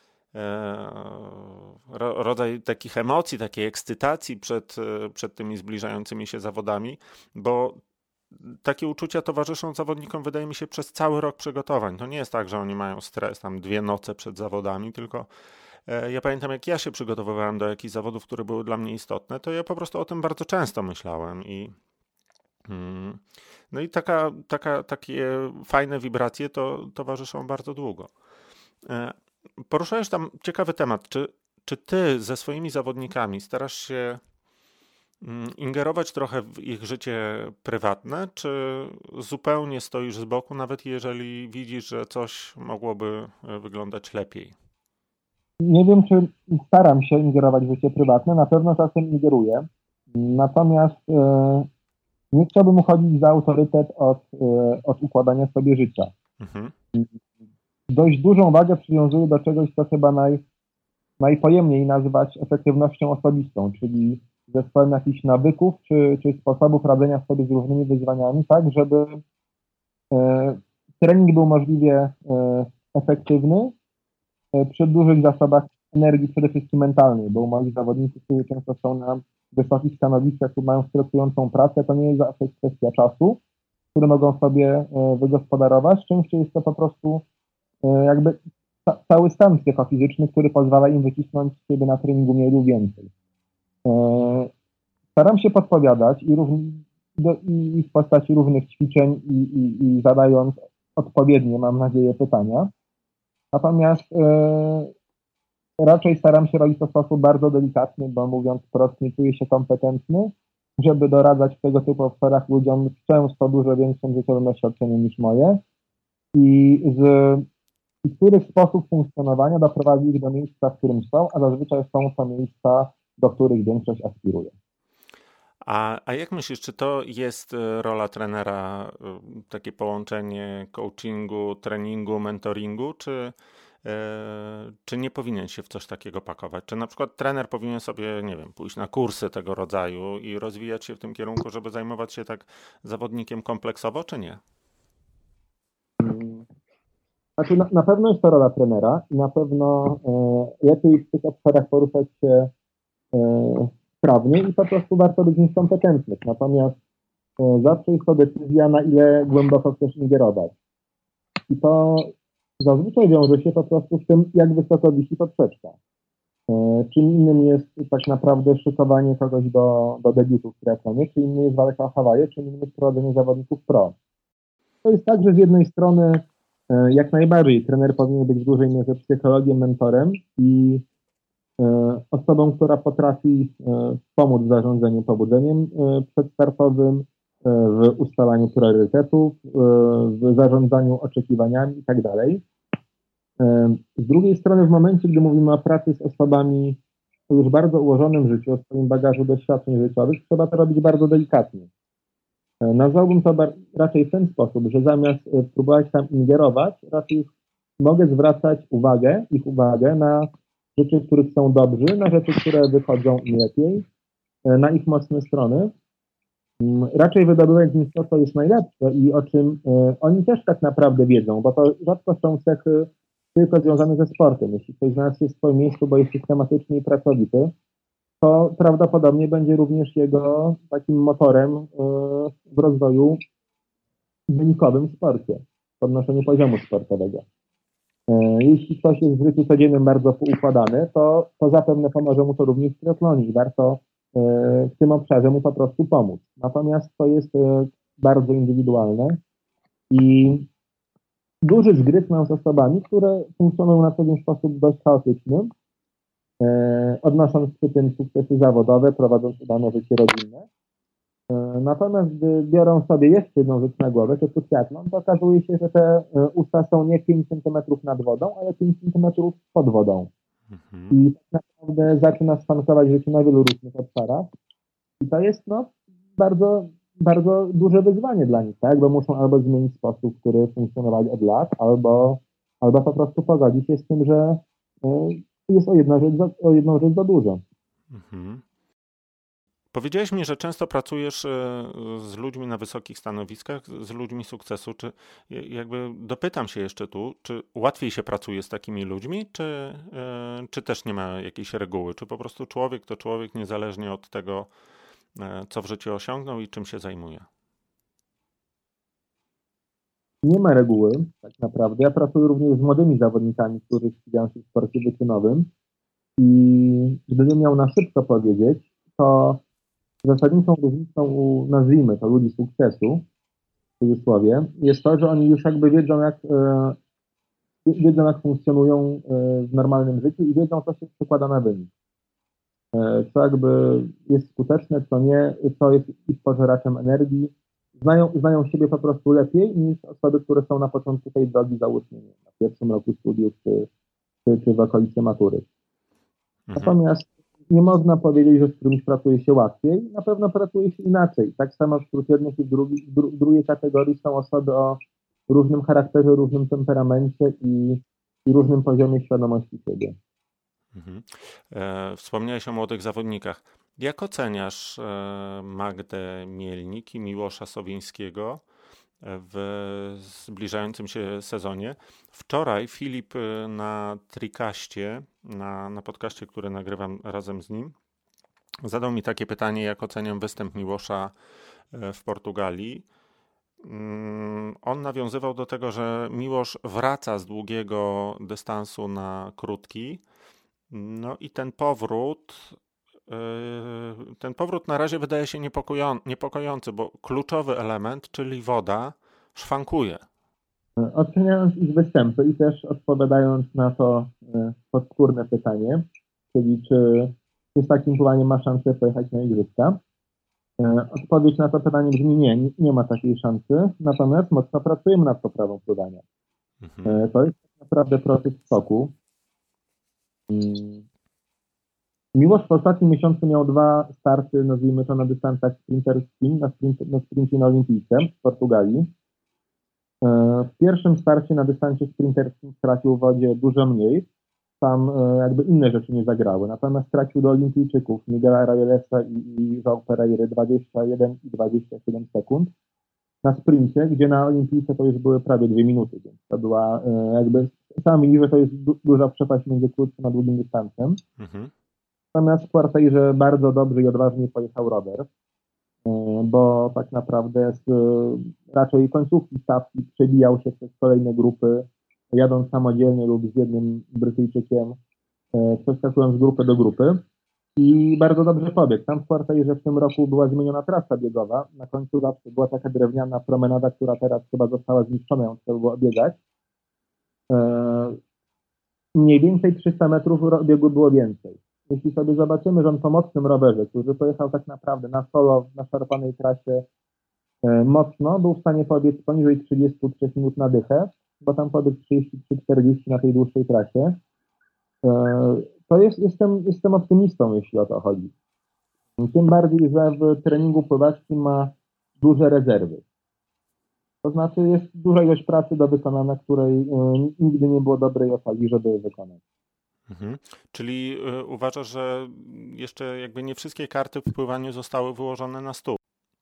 rodzaj takich emocji, takiej ekscytacji przed, przed tymi zbliżającymi się zawodami, bo takie uczucia towarzyszą zawodnikom, wydaje mi się, przez cały rok przygotowań. To nie jest tak, że oni mają stres tam dwie noce przed zawodami, tylko ja pamiętam, jak ja się przygotowywałem do jakichś zawodów, które były dla mnie istotne, to ja po prostu o tym bardzo często myślałem i no i taka, taka, takie fajne wibracje to towarzyszą bardzo długo. Poruszałeś tam ciekawy temat. Czy, czy ty ze swoimi zawodnikami starasz się ingerować trochę w ich życie prywatne, czy zupełnie stoisz z boku, nawet jeżeli widzisz, że coś mogłoby wyglądać lepiej? Nie wiem, czy staram się ingerować w życie prywatne, na pewno czasem ingeruję. Natomiast e, nie chciałbym uchodzić za autorytet od, e, od układania sobie życia. Mhm. Dość dużą wagę przywiązuję do czegoś, co chyba naj, najpojemniej nazwać efektywnością osobistą, czyli zespołem jakichś nawyków czy, czy sposobów radzenia sobie z różnymi wyzwaniami, tak, żeby e, trening był możliwie e, efektywny e, przy dużych zasobach energii, przede wszystkim mentalnej, bo u moich zawodników, którzy często są na wysokich stanowiskach, którzy mają stresującą pracę, to nie jest zawsze kwestia czasu, który mogą sobie wygospodarować. Częściej jest to po prostu jakby cały stan psychofizyczny, który pozwala im wycisnąć z siebie na treningu mniej lub więcej. Staram się podpowiadać i, równi, do, i w postaci różnych ćwiczeń i, i, i zadając odpowiednie, mam nadzieję, pytania. Natomiast e, raczej staram się robić to w sposób bardzo delikatny, bo mówiąc wprost, nie czuję się kompetentny, żeby doradzać w tego typu obszarach ludziom z często dużo większym życiowym doświadczeniem niż moje i z i który sposób funkcjonowania doprowadzi ich do miejsca, w którym są, a zazwyczaj są to miejsca, do których większość aspiruje. A, a jak myślisz, czy to jest rola trenera, takie połączenie coachingu, treningu, mentoringu, czy, yy, czy nie powinien się w coś takiego pakować? Czy na przykład trener powinien sobie, nie wiem, pójść na kursy tego rodzaju i rozwijać się w tym kierunku, żeby zajmować się tak zawodnikiem kompleksowo, czy nie? Znaczy na, na pewno jest to rola trenera i na pewno e, lepiej w tych obszarach poruszać się e, sprawnie i po prostu warto być w kompetentnych. Natomiast e, zawsze jest to decyzja, na ile głęboko chcesz ingerować. I to zazwyczaj wiąże się po prostu z tym, jak wysoko wisi poprzeczka. E, czym innym jest tak naprawdę szykowanie kogoś do, do debiutu w triatlonie, czym innym jest walka o Hawaje, czym innym jest prowadzenie zawodników pro. To jest tak, że z jednej strony jak najbardziej trener powinien być w dużej mierze psychologiem, mentorem i e, osobą, która potrafi e, pomóc w zarządzaniu pobudzeniem e, przedstartowym, e, w ustalaniu priorytetów, e, w zarządzaniu oczekiwaniami itd. E, z drugiej strony w momencie, gdy mówimy o pracy z osobami o już bardzo ułożonym życiu, o swoim bagażu doświadczeń życiowych, trzeba to robić bardzo delikatnie. Nazwałbym to raczej w ten sposób, że zamiast próbować tam ingerować, raczej mogę zwracać uwagę, ich uwagę na rzeczy, w których są dobrzy, na rzeczy, które wychodzą im lepiej, na ich mocne strony. Raczej wydobywać z nich to, co jest najlepsze i o czym oni też tak naprawdę wiedzą, bo to rzadko są cechy tylko związane ze sportem. Jeśli ktoś z nas jest w swoim miejscu, bo jest systematyczny i pracowity, to prawdopodobnie będzie również jego takim motorem w rozwoju wynikowym w sporcie, w podnoszeniu poziomu sportowego. Jeśli ktoś jest w życiu codziennym bardzo poukładany, to, to zapewne pomoże mu to również w triatlonie i warto w tym obszarze mu po prostu pomóc. Natomiast to jest bardzo indywidualne i duży zgryz mam z osobami, które funkcjonują na co dzień w sposób dość chaotyczny, odnosząc przy tym sukcesy zawodowe, prowadząc udane życie rodzinne. Natomiast gdy biorą sobie jeszcze jedną rzecz na głowę, to triatlon, to okazuje się, że te usta są nie pięć centymetrów nad wodą, ale pięć centymetrów pod wodą. Mhm. I tak naprawdę zaczyna szwankować życie na wielu różnych obszarach. I to jest no, bardzo, bardzo duże wyzwanie dla nich, tak? Bo muszą albo zmienić sposób, który funkcjonowali od lat, albo, albo po prostu pogodzić się z tym, że jest o jedną rzecz za, o jedną rzecz za dużo. Mhm. Powiedziałeś mi, że często pracujesz z ludźmi na wysokich stanowiskach, z ludźmi sukcesu. Czy jakby dopytam się jeszcze tu, czy łatwiej się pracuje z takimi ludźmi, czy, czy też nie ma jakiejś reguły? Czy po prostu człowiek to człowiek niezależnie od tego, co w życiu osiągnął i czym się zajmuje? Nie ma reguły, tak naprawdę. Ja pracuję również z młodymi zawodnikami, którzy ścigają się w sporcie wyczynowym i gdybym miał na szybko powiedzieć, to zasadniczą różnicą u, nazwijmy to, ludzi sukcesu, w cudzysłowie, jest to, że oni już jakby wiedzą, jak e, wiedzą, jak funkcjonują e, w normalnym życiu i wiedzą, co się przekłada na wynik. E, co jakby jest skuteczne, co nie, co jest ich pożeraczem energii. Znają, znają siebie po prostu lepiej niż osoby, które są na początku tej drogi, załóżmy na pierwszym roku studiów czy, czy, czy w okolicy matury. Mhm. Natomiast nie można powiedzieć, że z którymś pracuje się łatwiej, na pewno pracuje się inaczej. Tak samo wśród jednych i w, drugi, w dru, drugiej kategorii są osoby o różnym charakterze, różnym temperamencie i, i różnym poziomie świadomości siebie. Mhm. E, wspomniałeś o młodych zawodnikach. Jak oceniasz e, Magdę Mielnik i Miłosza Sowińskiego w zbliżającym się sezonie? Wczoraj Filip na Trikaście, na, na podcaście, który nagrywam razem z nim, zadał mi takie pytanie, jak oceniam występ Miłosza w Portugalii. On nawiązywał do tego, że Miłosz wraca z długiego dystansu na krótki. No i ten powrót, ten powrót na razie wydaje się niepokojący, bo kluczowy element, czyli woda, szwankuje. Oceniając ich występy i też odpowiadając na to podskórne pytanie, czyli czy, czy z takim pływaniem ma szansę pojechać na igrzyska, odpowiedź na to pytanie brzmi nie, nie ma takiej szansy, natomiast mocno pracujemy nad poprawą pływania. Mhm. To jest tak naprawdę proces skoku. Miłosz w ostatnim miesiącu miał dwa starty, nazwijmy to na dystansach sprinterskim, na, sprint, na sprincie na Olimpijce w Portugalii. W pierwszym starcie na dystansie sprinterskim stracił w wodzie dużo mniej, tam jakby inne rzeczy nie zagrały, natomiast stracił do olimpijczyków Miguela Rayolesa i, i João Pereira dwadzieścia jeden i dwadzieścia siedem sekund na sprincie, gdzie na olimpijce to już były prawie dwie minuty, więc to była jakby, sami, że to jest du- duża przepaść między krótkim a długim dystansem. Mhm. Natomiast w Quarteirze bardzo dobrze i odważnie pojechał Robert, bo tak naprawdę z raczej końcówki stawki przebijał się przez kolejne grupy, jadąc samodzielnie lub z jednym Brytyjczykiem, przeskakując z grupy do grupy i bardzo dobrze pobiegł. Tam w Quarteirze w tym roku była zmieniona trasa biegowa. Na końcu zawsze była taka drewniana promenada, która teraz chyba została zniszczona, ją trzeba było obiegać. Mniej więcej trzysta metrów biegu było więcej. Jeśli sobie zobaczymy, że on po mocnym rowerze, który pojechał tak naprawdę na solo, na szarpanej trasie e, mocno, był w stanie pobiec poniżej trzydzieści trzy minut na dychę, bo tam pobiegł trzydzieści trzy czterdzieści na tej dłuższej trasie. E, to jest, jestem, jestem optymistą, jeśli o to chodzi. Tym bardziej, że w treningu pływackim ma duże rezerwy. To znaczy jest duża ilość pracy do wykonania, której e, nigdy nie było dobrej okazji, żeby je wykonać. Mhm. Czyli y, uważasz, że jeszcze jakby nie wszystkie karty w pływaniu zostały wyłożone na stół?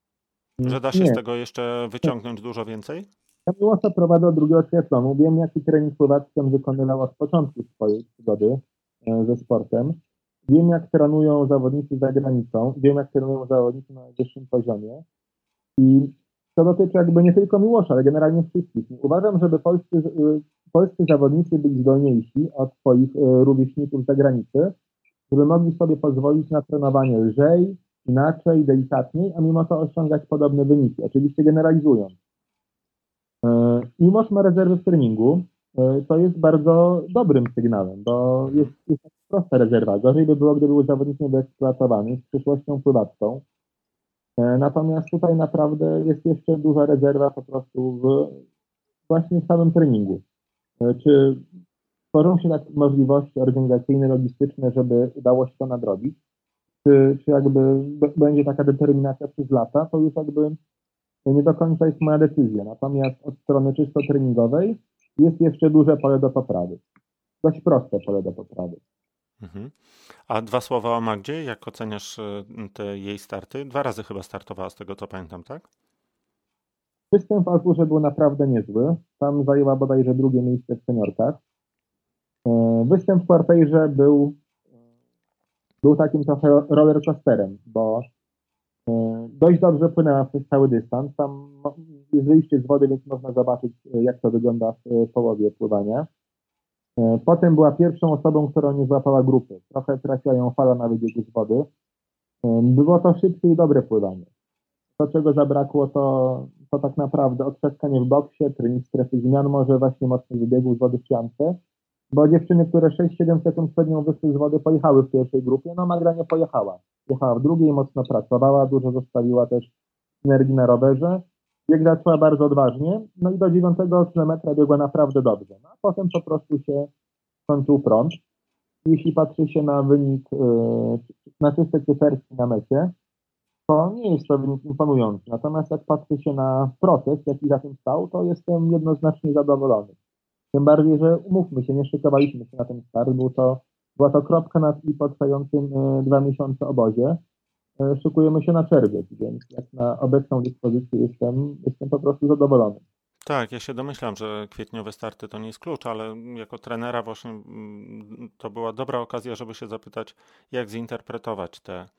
Że da się nie. z tego jeszcze wyciągnąć nie. dużo więcej? Ja Miłosza prowadzę do drugiego triatlonu. Wiem, jaki trening pływacki on wykonywał od początku swojej przygody e, ze sportem. Wiem, jak trenują zawodnicy za granicą. Wiem, jak trenują zawodnicy na najwyższym poziomie. I to dotyczy jakby nie tylko Miłosza, ale generalnie wszystkich. Uważam, żeby polscy, polscy zawodnicy byli zdolniejsi od swoich rówieśników z zagranicy, żeby mogli sobie pozwolić na trenowanie lżej, inaczej, delikatniej, a mimo to osiągać podobne wyniki. Oczywiście generalizując. Miłosz ma rezerwy w treningu. To jest bardzo dobrym sygnałem, bo jest, jest prosta rezerwa. Gorzej by było, gdyby był zawodnik niedoeksploatowany z przyszłością pływacką. Natomiast tutaj naprawdę jest jeszcze duża rezerwa po prostu w, właśnie w samym treningu. Czy tworzą się takie możliwości organizacyjne, logistyczne, żeby udało się to nadrobić? Czy, czy jakby b- będzie taka determinacja przez lata? To już jakby nie do końca jest moja decyzja. Natomiast od strony czysto treningowej jest jeszcze duże pole do poprawy. Dość proste pole do poprawy. Mhm. A dwa słowa o Magdzie, jak oceniasz te jej starty? Dwa razy chyba startowała, z tego co pamiętam, tak? Występ w Alturze był naprawdę niezły. Tam zajęła bodajże drugie miejsce w seniorkach. Występ w Quarteirze był, był takim trochę rollercoasterem, bo dość dobrze płynęła przez cały dystans. Tam jest wyjście z wody, więc można zobaczyć, jak to wygląda w połowie pływania. Potem była pierwszą osobą, która nie złapała grupy. Trochę trafiła ją fala na wybiegu z wody. Było to szybkie i dobre pływanie. To, czego zabrakło, to, to tak naprawdę odtrzaskanie w boksie, trening strefy zmian, może właśnie mocny wybiegu z wody w piance. Bo dziewczyny, które sześć siedem sekund przed nią wyszły z wody, pojechały w pierwszej grupie, no Magda nie pojechała. Jechała w drugiej, mocno pracowała, dużo zostawiła też energii na rowerze. Bieg zaczęła bardzo odważnie, no i do dziewiątego kilometra biegła naprawdę dobrze. No a potem po prostu się skończył prąd. Jeśli patrzy się na wynik, yy, na czyste cyferki na mecie, to nie jest to wynik imponujący. Natomiast jak patrzy się na proces, jaki za tym stał, to jestem jednoznacznie zadowolony. Tym bardziej, że umówmy się, nie szykowaliśmy się na ten start. Był to, była to kropka nad i po trwającym yy, dwa miesiące obozie. Yy, szykujemy się na czerwiec, więc jak na obecną dyspozycję jestem, jestem po prostu zadowolony. Tak, ja się domyślam, że kwietniowe starty to nie jest klucz, ale jako trenera właśnie to była dobra okazja, żeby się zapytać, jak zinterpretować te,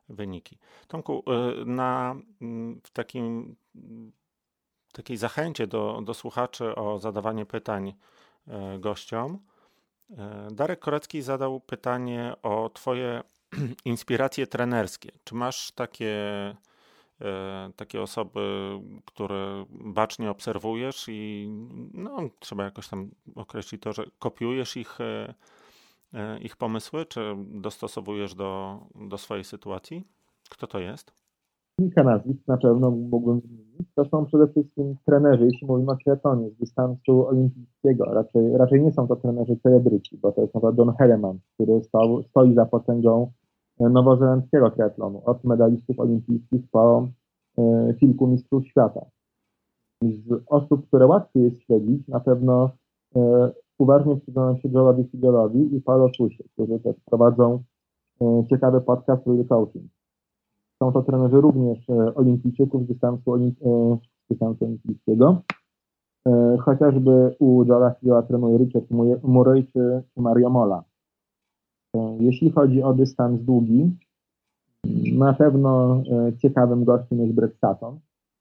wyniki. Tomku, na, w takim, takiej zachęcie do, do słuchaczy o zadawanie pytań gościom, Darek Korecki zadał pytanie o twoje inspiracje trenerskie. Czy masz takie, takie osoby, które bacznie obserwujesz i no, trzeba jakoś tam określić to, że kopiujesz ich, ich pomysły, czy dostosowujesz do, do swojej sytuacji? Kto to jest? Kilka nazwisk na pewno mógłbym wymienić. To są przede wszystkim trenerzy, jeśli mówimy o triatlonie, z dystansu olimpijskiego. Raczej, raczej nie są to trenerzy celebryci, bo to jest na przykład John Helleman, który stał, stoi za potęgą nowozelandzkiego triatlonu, od medalistów olimpijskich po e, kilku mistrzów świata. Z osób, które łatwiej jest śledzić, na pewno e, uważnie przyglądam się Joe'owi Figolowi i Paulo Fusie, którzy też prowadzą e, ciekawy podcast Real Coaching. Są to trenerzy również e, olimpijczyków z dystansu, olimp- e, z dystansu olimpijskiego. E, chociażby u Joe'a Figola trenuje Richard Murray czy, czy Mario Mola. E, jeśli chodzi o dystans długi, na pewno e, ciekawym gościem jest Brett Sutton.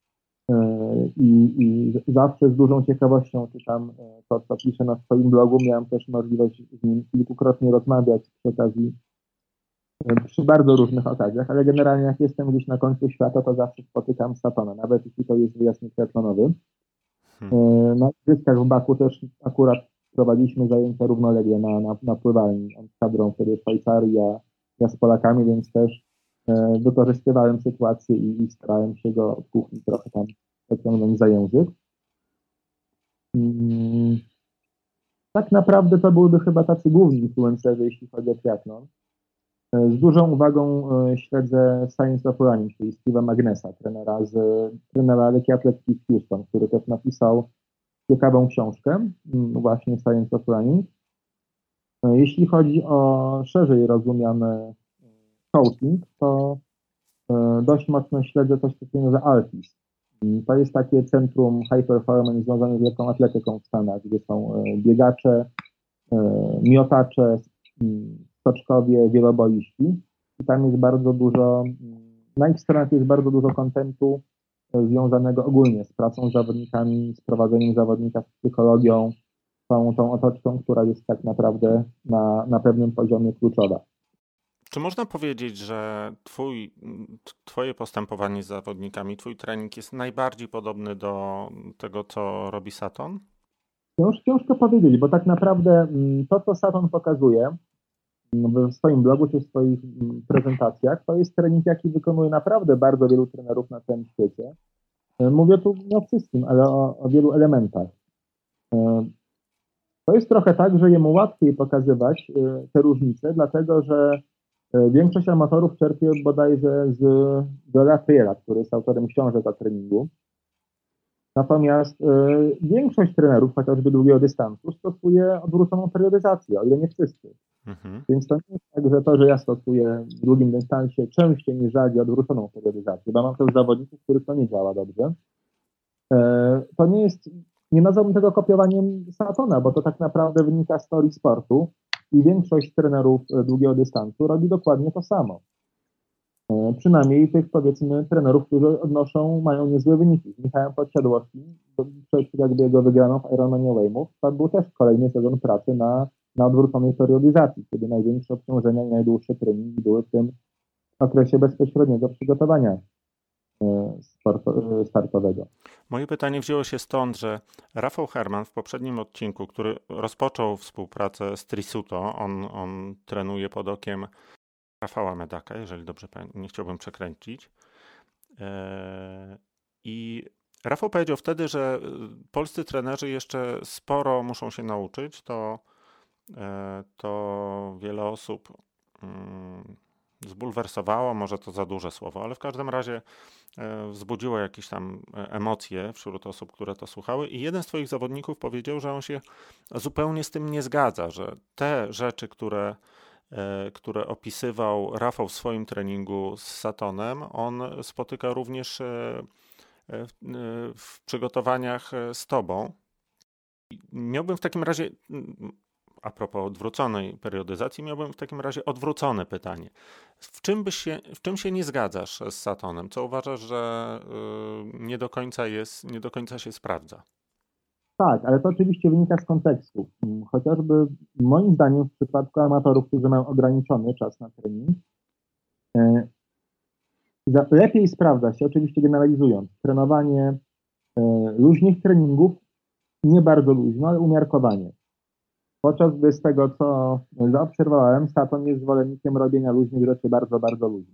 I, I zawsze z dużą ciekawością czytam to, co pisze na swoim blogu. Miałem też możliwość z nim kilkukrotnie rozmawiać przy okazji, przy bardzo różnych okazjach, ale generalnie jak jestem gdzieś na końcu świata, to zawsze spotykam Suttona, nawet jeśli to jest wyjazd triatlonowy. Hmm. Na igrzyskach w Baku też akurat prowadziliśmy zajęcia równolegle na, na, na pływalni. On z kadrą wtedy Szwajcarii, ja, ja z Polakami, więc też e, wykorzystywałem sytuację i, i starałem się go od kuchni trochę tam pociągnąć za język. Hmm. Tak naprawdę to byłyby chyba tacy główni influencerzy, jeśli chodzi o triatlon. Z dużą uwagą śledzę Science of Running, czyli Steve'a Magnesa, trenera, z, trenera lekkiej atletyki z Houston, który też napisał ciekawą książkę, właśnie Science of Running. Jeśli chodzi o szerzej rozumiany coaching, to dość mocno śledzę coś, co się nazywa ALPIS. To jest takie centrum high performance związane z lekką atletyką w Stanach, gdzie są biegacze, miotacze, skoczkowie, wieloboiści. I tam jest bardzo dużo, na ich stronach jest bardzo dużo kontentu związanego ogólnie z pracą z zawodnikami, z prowadzeniem zawodnika, z psychologią, tą, tą otoczką, która jest tak naprawdę na, na pewnym poziomie kluczowa. Czy można powiedzieć, że twój, twoje postępowanie z zawodnikami, twój trening jest najbardziej podobny do tego, co robi Sutton? Cięż, ciężko powiedzieć, bo tak naprawdę to, co Sutton pokazuje w swoim blogu czy w swoich prezentacjach, to jest trening, jaki wykonuje naprawdę bardzo wielu trenerów na całym świecie. Mówię tu nie o wszystkim, ale o, o wielu elementach. To jest trochę tak, że jemu łatwiej pokazywać te różnice, dlatego że większość amatorów czerpie bodajże z Joe'a Freera, który jest autorem książek o treningu. Natomiast y, większość trenerów, chociażby długiego dystansu, stosuje odwróconą periodyzację, o ile nie wszyscy. Mhm. Więc to nie jest tak, że to, że ja stosuję w długim dystansie częściej niż rzadziej odwróconą periodyzację, bo mam też zawodników, których to nie działa dobrze. Y, to nie jest, nie nazwałbym tego kopiowaniem Suttona, bo to tak naprawdę wynika z teorii sportu i większość trenerów długiego dystansu robi dokładnie to samo. Przynajmniej tych, powiedzmy, trenerów, którzy odnoszą, mają niezłe wyniki. Z Michałem Podsiadłowskim, przed jakby jego wygraną w Ironmanie Weymouth, to był też kolejny sezon pracy na, na odwróconej periodyzacji, kiedy największe obciążenia i najdłuższe treningi były w tym okresie bezpośredniego przygotowania sporto, startowego. Moje pytanie wzięło się stąd, że Rafał Herman w poprzednim odcinku, który rozpoczął współpracę z Trisuto, on, on trenuje pod okiem Rafała Medaka, jeżeli dobrze pamiętam, nie chciałbym przekręcić. I Rafał powiedział wtedy, że polscy trenerzy jeszcze sporo muszą się nauczyć. To, to wiele osób zbulwersowało, może to za duże słowo, ale w każdym razie wzbudziło jakieś tam emocje wśród osób, które to słuchały. I jeden z twoich zawodników powiedział, że on się zupełnie z tym nie zgadza, że te rzeczy, które które opisywał Rafał w swoim treningu z Suttonem, on spotyka również w przygotowaniach z tobą. Miałbym w takim razie a propos odwróconej periodyzacji, miałbym w takim razie odwrócone pytanie. W czym, byś się, w czym się nie zgadzasz z Satonem? Co uważasz, że nie do końca jest, nie do końca się sprawdza? Tak, ale to oczywiście wynika z kontekstu. Chociażby moim zdaniem w przypadku amatorów, którzy mają ograniczony czas na trening, lepiej sprawdza się, oczywiście generalizując, trenowanie luźnych treningów, nie bardzo luźno, ale umiarkowanie. Podczas gdy z tego, co zaobserwowałem, Saton jest zwolennikiem robienia luźnych rzeczy bardzo, bardzo luźno.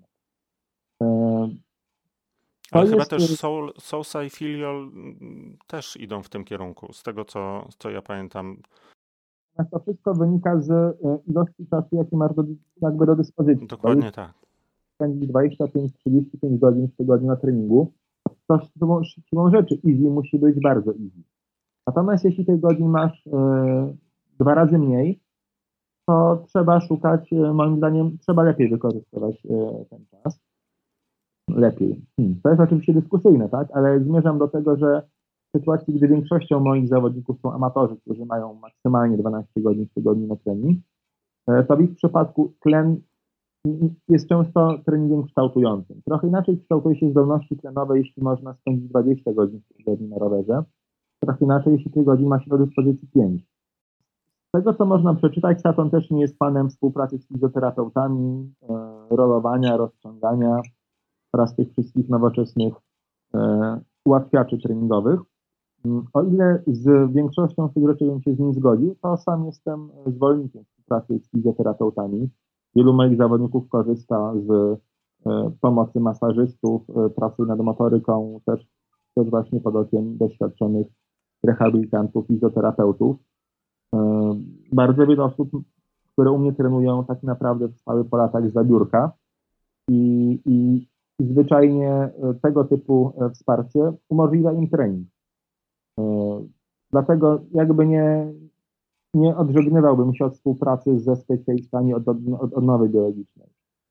Ale jest... chyba też Soul, Sousa i Filiol też idą w tym kierunku, z tego, co, co ja pamiętam. To wszystko wynika z ilości czasu, jaki masz do, jakby do dyspozycji. Dokładnie tak. Spędzić dwadzieścia pięć do trzydziestu pięciu godzin w tygodniu na treningu, to siłą rzeczy easy musi być bardzo easy. Natomiast jeśli tych godzin masz yy, dwa razy mniej, to trzeba szukać, yy, moim zdaniem, trzeba lepiej wykorzystywać yy, ten czas. Lepiej. Hmm. To jest oczywiście dyskusyjne, tak? Ale zmierzam do tego, że w sytuacji, gdy większością moich zawodników są amatorzy, którzy mają maksymalnie dwanaście godzin w tygodniu na trening, yy, to w ich przypadku tlen jest często treningiem kształtującym. Trochę inaczej kształtuje się zdolności tlenowe, jeśli można spędzić dwadzieścia godzin w tygodniu na rowerze. Trochę inaczej, jeśli tych godzin ma się do dyspozycji pięć. Z tego, co można przeczytać, Saton też nie jest fanem współpracy z fizjoterapeutami, e, rolowania, rozciągania oraz tych wszystkich nowoczesnych e, ułatwiaczy treningowych. O ile z większością tych rzeczy bym się z nim zgodził, to sam jestem zwolennikiem współpracy z fizjoterapeutami. Wielu moich zawodników korzysta z e, pomocy masażystów, e, pracuje nad motoryką, też, też właśnie pod okiem doświadczonych rehabilitantów, fizjoterapeutów. E, bardzo wiele osób, które u mnie trenują, tak naprawdę wstały po latach za biurka i, i zwyczajnie tego typu wsparcie umożliwia im trening. E, dlatego jakby nie nie odżegnywałbym się od współpracy ze specjalistami od, od, od odnowy biologicznej.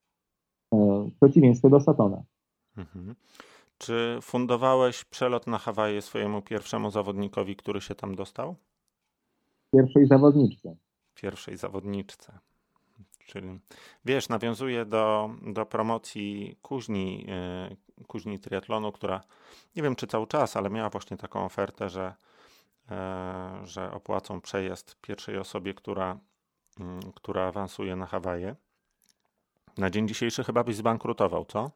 W przeciwieństwie do Satona. Mhm. Czy fundowałeś przelot na Hawaje swojemu pierwszemu zawodnikowi, który się tam dostał? Pierwszej zawodniczce. Pierwszej zawodniczce. Czyli wiesz, nawiązuje do, do promocji Kuźni, yy, Kuźni Triatlonu, która nie wiem czy cały czas, ale miała właśnie taką ofertę, że że opłacą przejazd pierwszej osobie, która, która awansuje na Hawaje. Na dzień dzisiejszy chyba byś zbankrutował, co?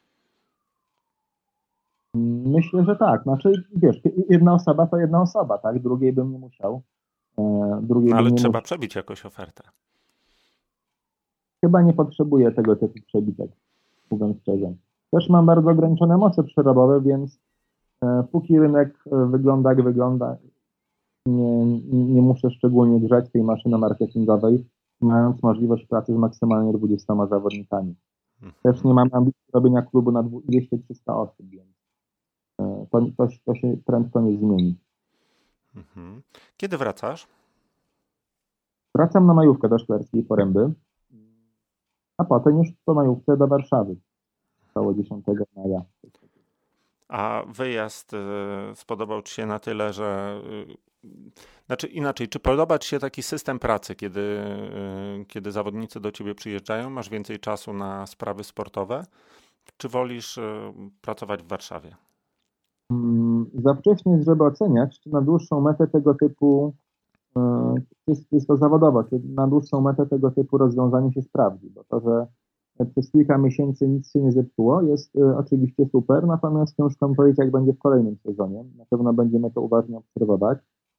Myślę, że tak. Znaczy, wiesz, jedna osoba to jedna osoba, tak? Drugiej bym nie musiał. Drugiej no, ale bym nie trzeba musiał. przebić jakąś ofertę. Chyba nie potrzebuję tego typu przebitek, mówiąc szczerze. Też mam bardzo ograniczone moce przerobowe, więc póki rynek wygląda jak wygląda, Nie, nie muszę szczególnie grzać tej maszyny marketingowej, mając możliwość pracy z maksymalnie dwudziestoma zawodnikami. Też nie mam ambicji robienia klubu na dwieście do trzystu osób, więc to, to, to się prędko nie zmieni. Kiedy wracasz? Wracam na majówkę do Szklarskiej Poręby, a potem już po majówce do Warszawy, około dziesiątego maja. A wyjazd spodobał Ci się na tyle, że Znaczy inaczej, czy podoba Ci się taki system pracy, kiedy, kiedy zawodnicy do Ciebie przyjeżdżają, masz więcej czasu na sprawy sportowe, czy wolisz pracować w Warszawie? Za wcześnie jest, żeby oceniać, czy na dłuższą metę tego typu, jest, jest to zawodowo, czy na dłuższą metę tego typu rozwiązanie się sprawdzi, bo to, że przez kilka miesięcy nic się nie zepsuło, jest oczywiście super, natomiast ciężko mi powiedzieć, jak będzie w kolejnym sezonie. Na pewno będziemy to uważnie obserwować.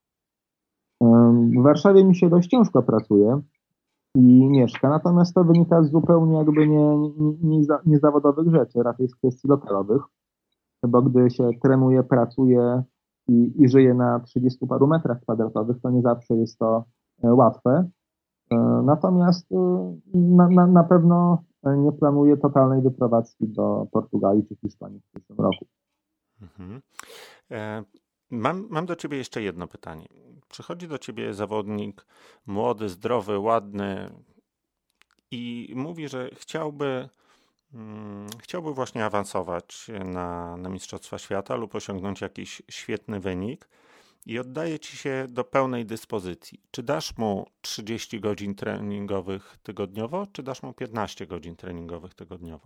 W Warszawie mi się dość ciężko pracuje i mieszka, natomiast to wynika z zupełnie jakby nie, nie, nie, nie zawodowych rzeczy, raczej z kwestii lokalowych, bo gdy się trenuje, pracuje i, i żyje na trzydziestu paru metrach kwadratowych, to nie zawsze jest to łatwe. Natomiast na, na, na pewno nie planuję totalnej wyprowadzki do Portugalii czy Hiszpanii w przyszłym roku. Mhm. E- Mam, mam do Ciebie jeszcze jedno pytanie. Przychodzi do Ciebie zawodnik młody, zdrowy, ładny i mówi, że chciałby, hmm, chciałby właśnie awansować na, na Mistrzostwa Świata lub osiągnąć jakiś świetny wynik i oddaje ci się do pełnej dyspozycji. Czy dasz mu trzydzieści godzin treningowych tygodniowo, czy dasz mu piętnaście godzin treningowych tygodniowo?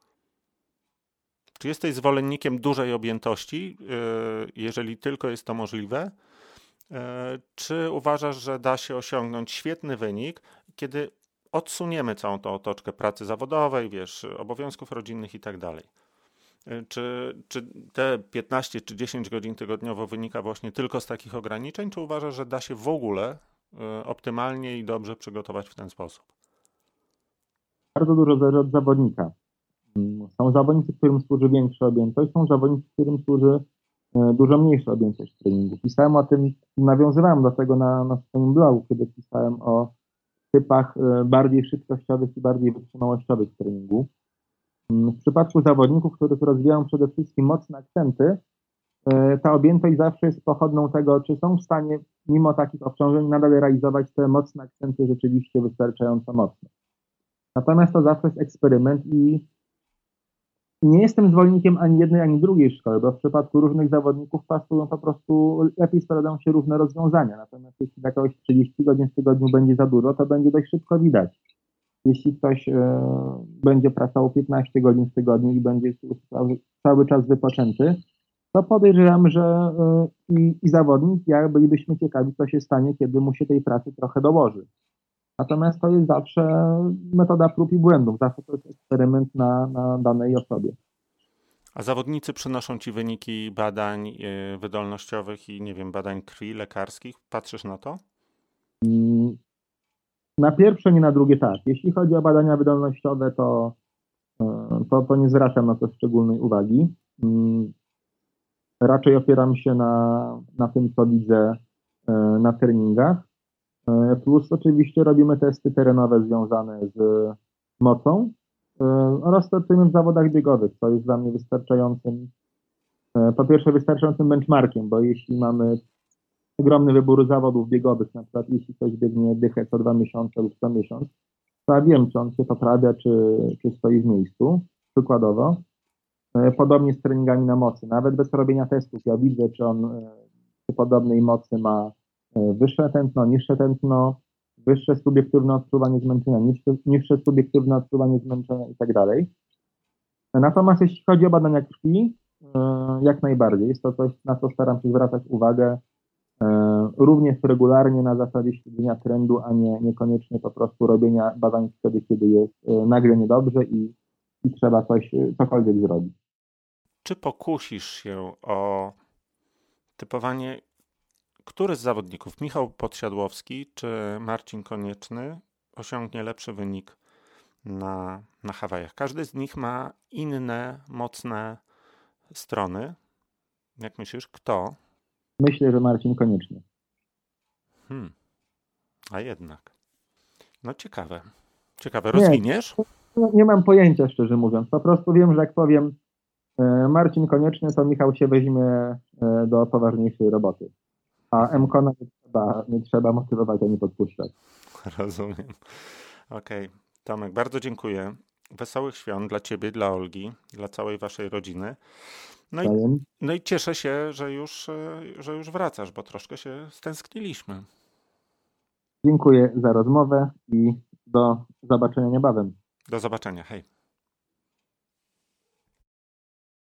Czy jesteś zwolennikiem dużej objętości, jeżeli tylko jest to możliwe? Czy uważasz, że da się osiągnąć świetny wynik, kiedy odsuniemy całą tą otoczkę pracy zawodowej, wiesz, obowiązków rodzinnych i tak dalej? Czy, czy te piętnaście czy dziesięć godzin tygodniowo wynika właśnie tylko z takich ograniczeń, czy uważasz, że da się w ogóle optymalnie i dobrze przygotować w ten sposób? Bardzo dużo zależy od zawodnika. Są zawodnicy, którym służy większa objętość, są zawodnicy, którym służy dużo mniejsza objętość treningu. Pisałem o tym, nawiązywałem do tego na, na swoim blogu, kiedy pisałem o typach bardziej szybkościowych i bardziej wytrzymałościowych treningu. W przypadku zawodników, których rozwijają przede wszystkim mocne akcenty, ta objętość zawsze jest pochodną tego, czy są w stanie mimo takich obciążeń nadal realizować te mocne akcenty rzeczywiście wystarczająco mocno. Natomiast to zawsze jest eksperyment i nie jestem zwolennikiem ani jednej, ani drugiej szkoły, bo w przypadku różnych zawodników pasują po prostu, lepiej sprawdzają się różne rozwiązania. Natomiast jeśli jakoś trzydzieści godzin w tygodniu będzie za dużo, to będzie dość szybko widać. Jeśli ktoś e, będzie pracował piętnaście godzin w tygodniu i będzie cały, cały czas wypoczęty, to podejrzewam, że e, i, i zawodnik, ja bylibyśmy ciekawi, co się stanie, kiedy mu się tej pracy trochę dołoży. Natomiast to jest zawsze metoda prób i błędów, zawsze to jest eksperyment na, na danej osobie. A zawodnicy przynoszą ci wyniki badań yy, wydolnościowych i nie wiem, badań krwi, lekarskich? Patrzysz na to? Hmm. Na pierwsze, nie na drugie tak. Jeśli chodzi o badania wydolnościowe, to, to, to nie zwracam na to szczególnej uwagi. Raczej opieram się na, na tym, co widzę na treningach. Plus oczywiście robimy testy terenowe związane z mocą oraz startujemy w zawodach biegowych, co jest dla mnie wystarczającym, po pierwsze wystarczającym benchmarkiem, bo jeśli mamy ogromny wybór zawodów biegowych, na przykład jeśli ktoś biegnie dychę co dwa miesiące lub co miesiąc, to ja wiem, czy on się poprawia, czy, czy stoi w miejscu, przykładowo. Podobnie z treningami na mocy, nawet bez robienia testów, ja widzę, czy on przy podobnej mocy ma wyższe tętno, niższe tętno, wyższe subiektywne odczuwanie zmęczenia, niższe, niższe subiektywne odczuwanie zmęczenia i tak dalej. Natomiast jeśli chodzi o badania krwi, jak najbardziej, jest to coś, na co staram się zwracać uwagę, również regularnie na zasadzie śledzenia trendu, a nie niekoniecznie po prostu robienia badań wtedy, kiedy jest nagle niedobrze i, i trzeba coś, cokolwiek zrobić. Czy pokusisz się o typowanie, który z zawodników, Michał Podsiadłowski czy Marcin Konieczny, osiągnie lepszy wynik na, na Hawajach? Każdy z nich ma inne, mocne strony. Jak myślisz, kto? Myślę, że Marcin Konieczny. Hmm. A jednak. No ciekawe. Ciekawe. Rozwiniesz? Nie, nie mam pojęcia, szczerze mówiąc. Po prostu wiem, że jak powiem Marcin Konieczny, to Michał się weźmie do poważniejszej roboty. A M-Kona nie trzeba, nie trzeba motywować ani podpuszczać. Rozumiem. Okej. Okay. Tomek, bardzo dziękuję. Wesołych świąt dla ciebie, dla Olgi, dla całej waszej rodziny. No i, no i cieszę się, że już, że już wracasz, bo troszkę się stęskniliśmy. Dziękuję za rozmowę i do zobaczenia niebawem. Do zobaczenia. Hej.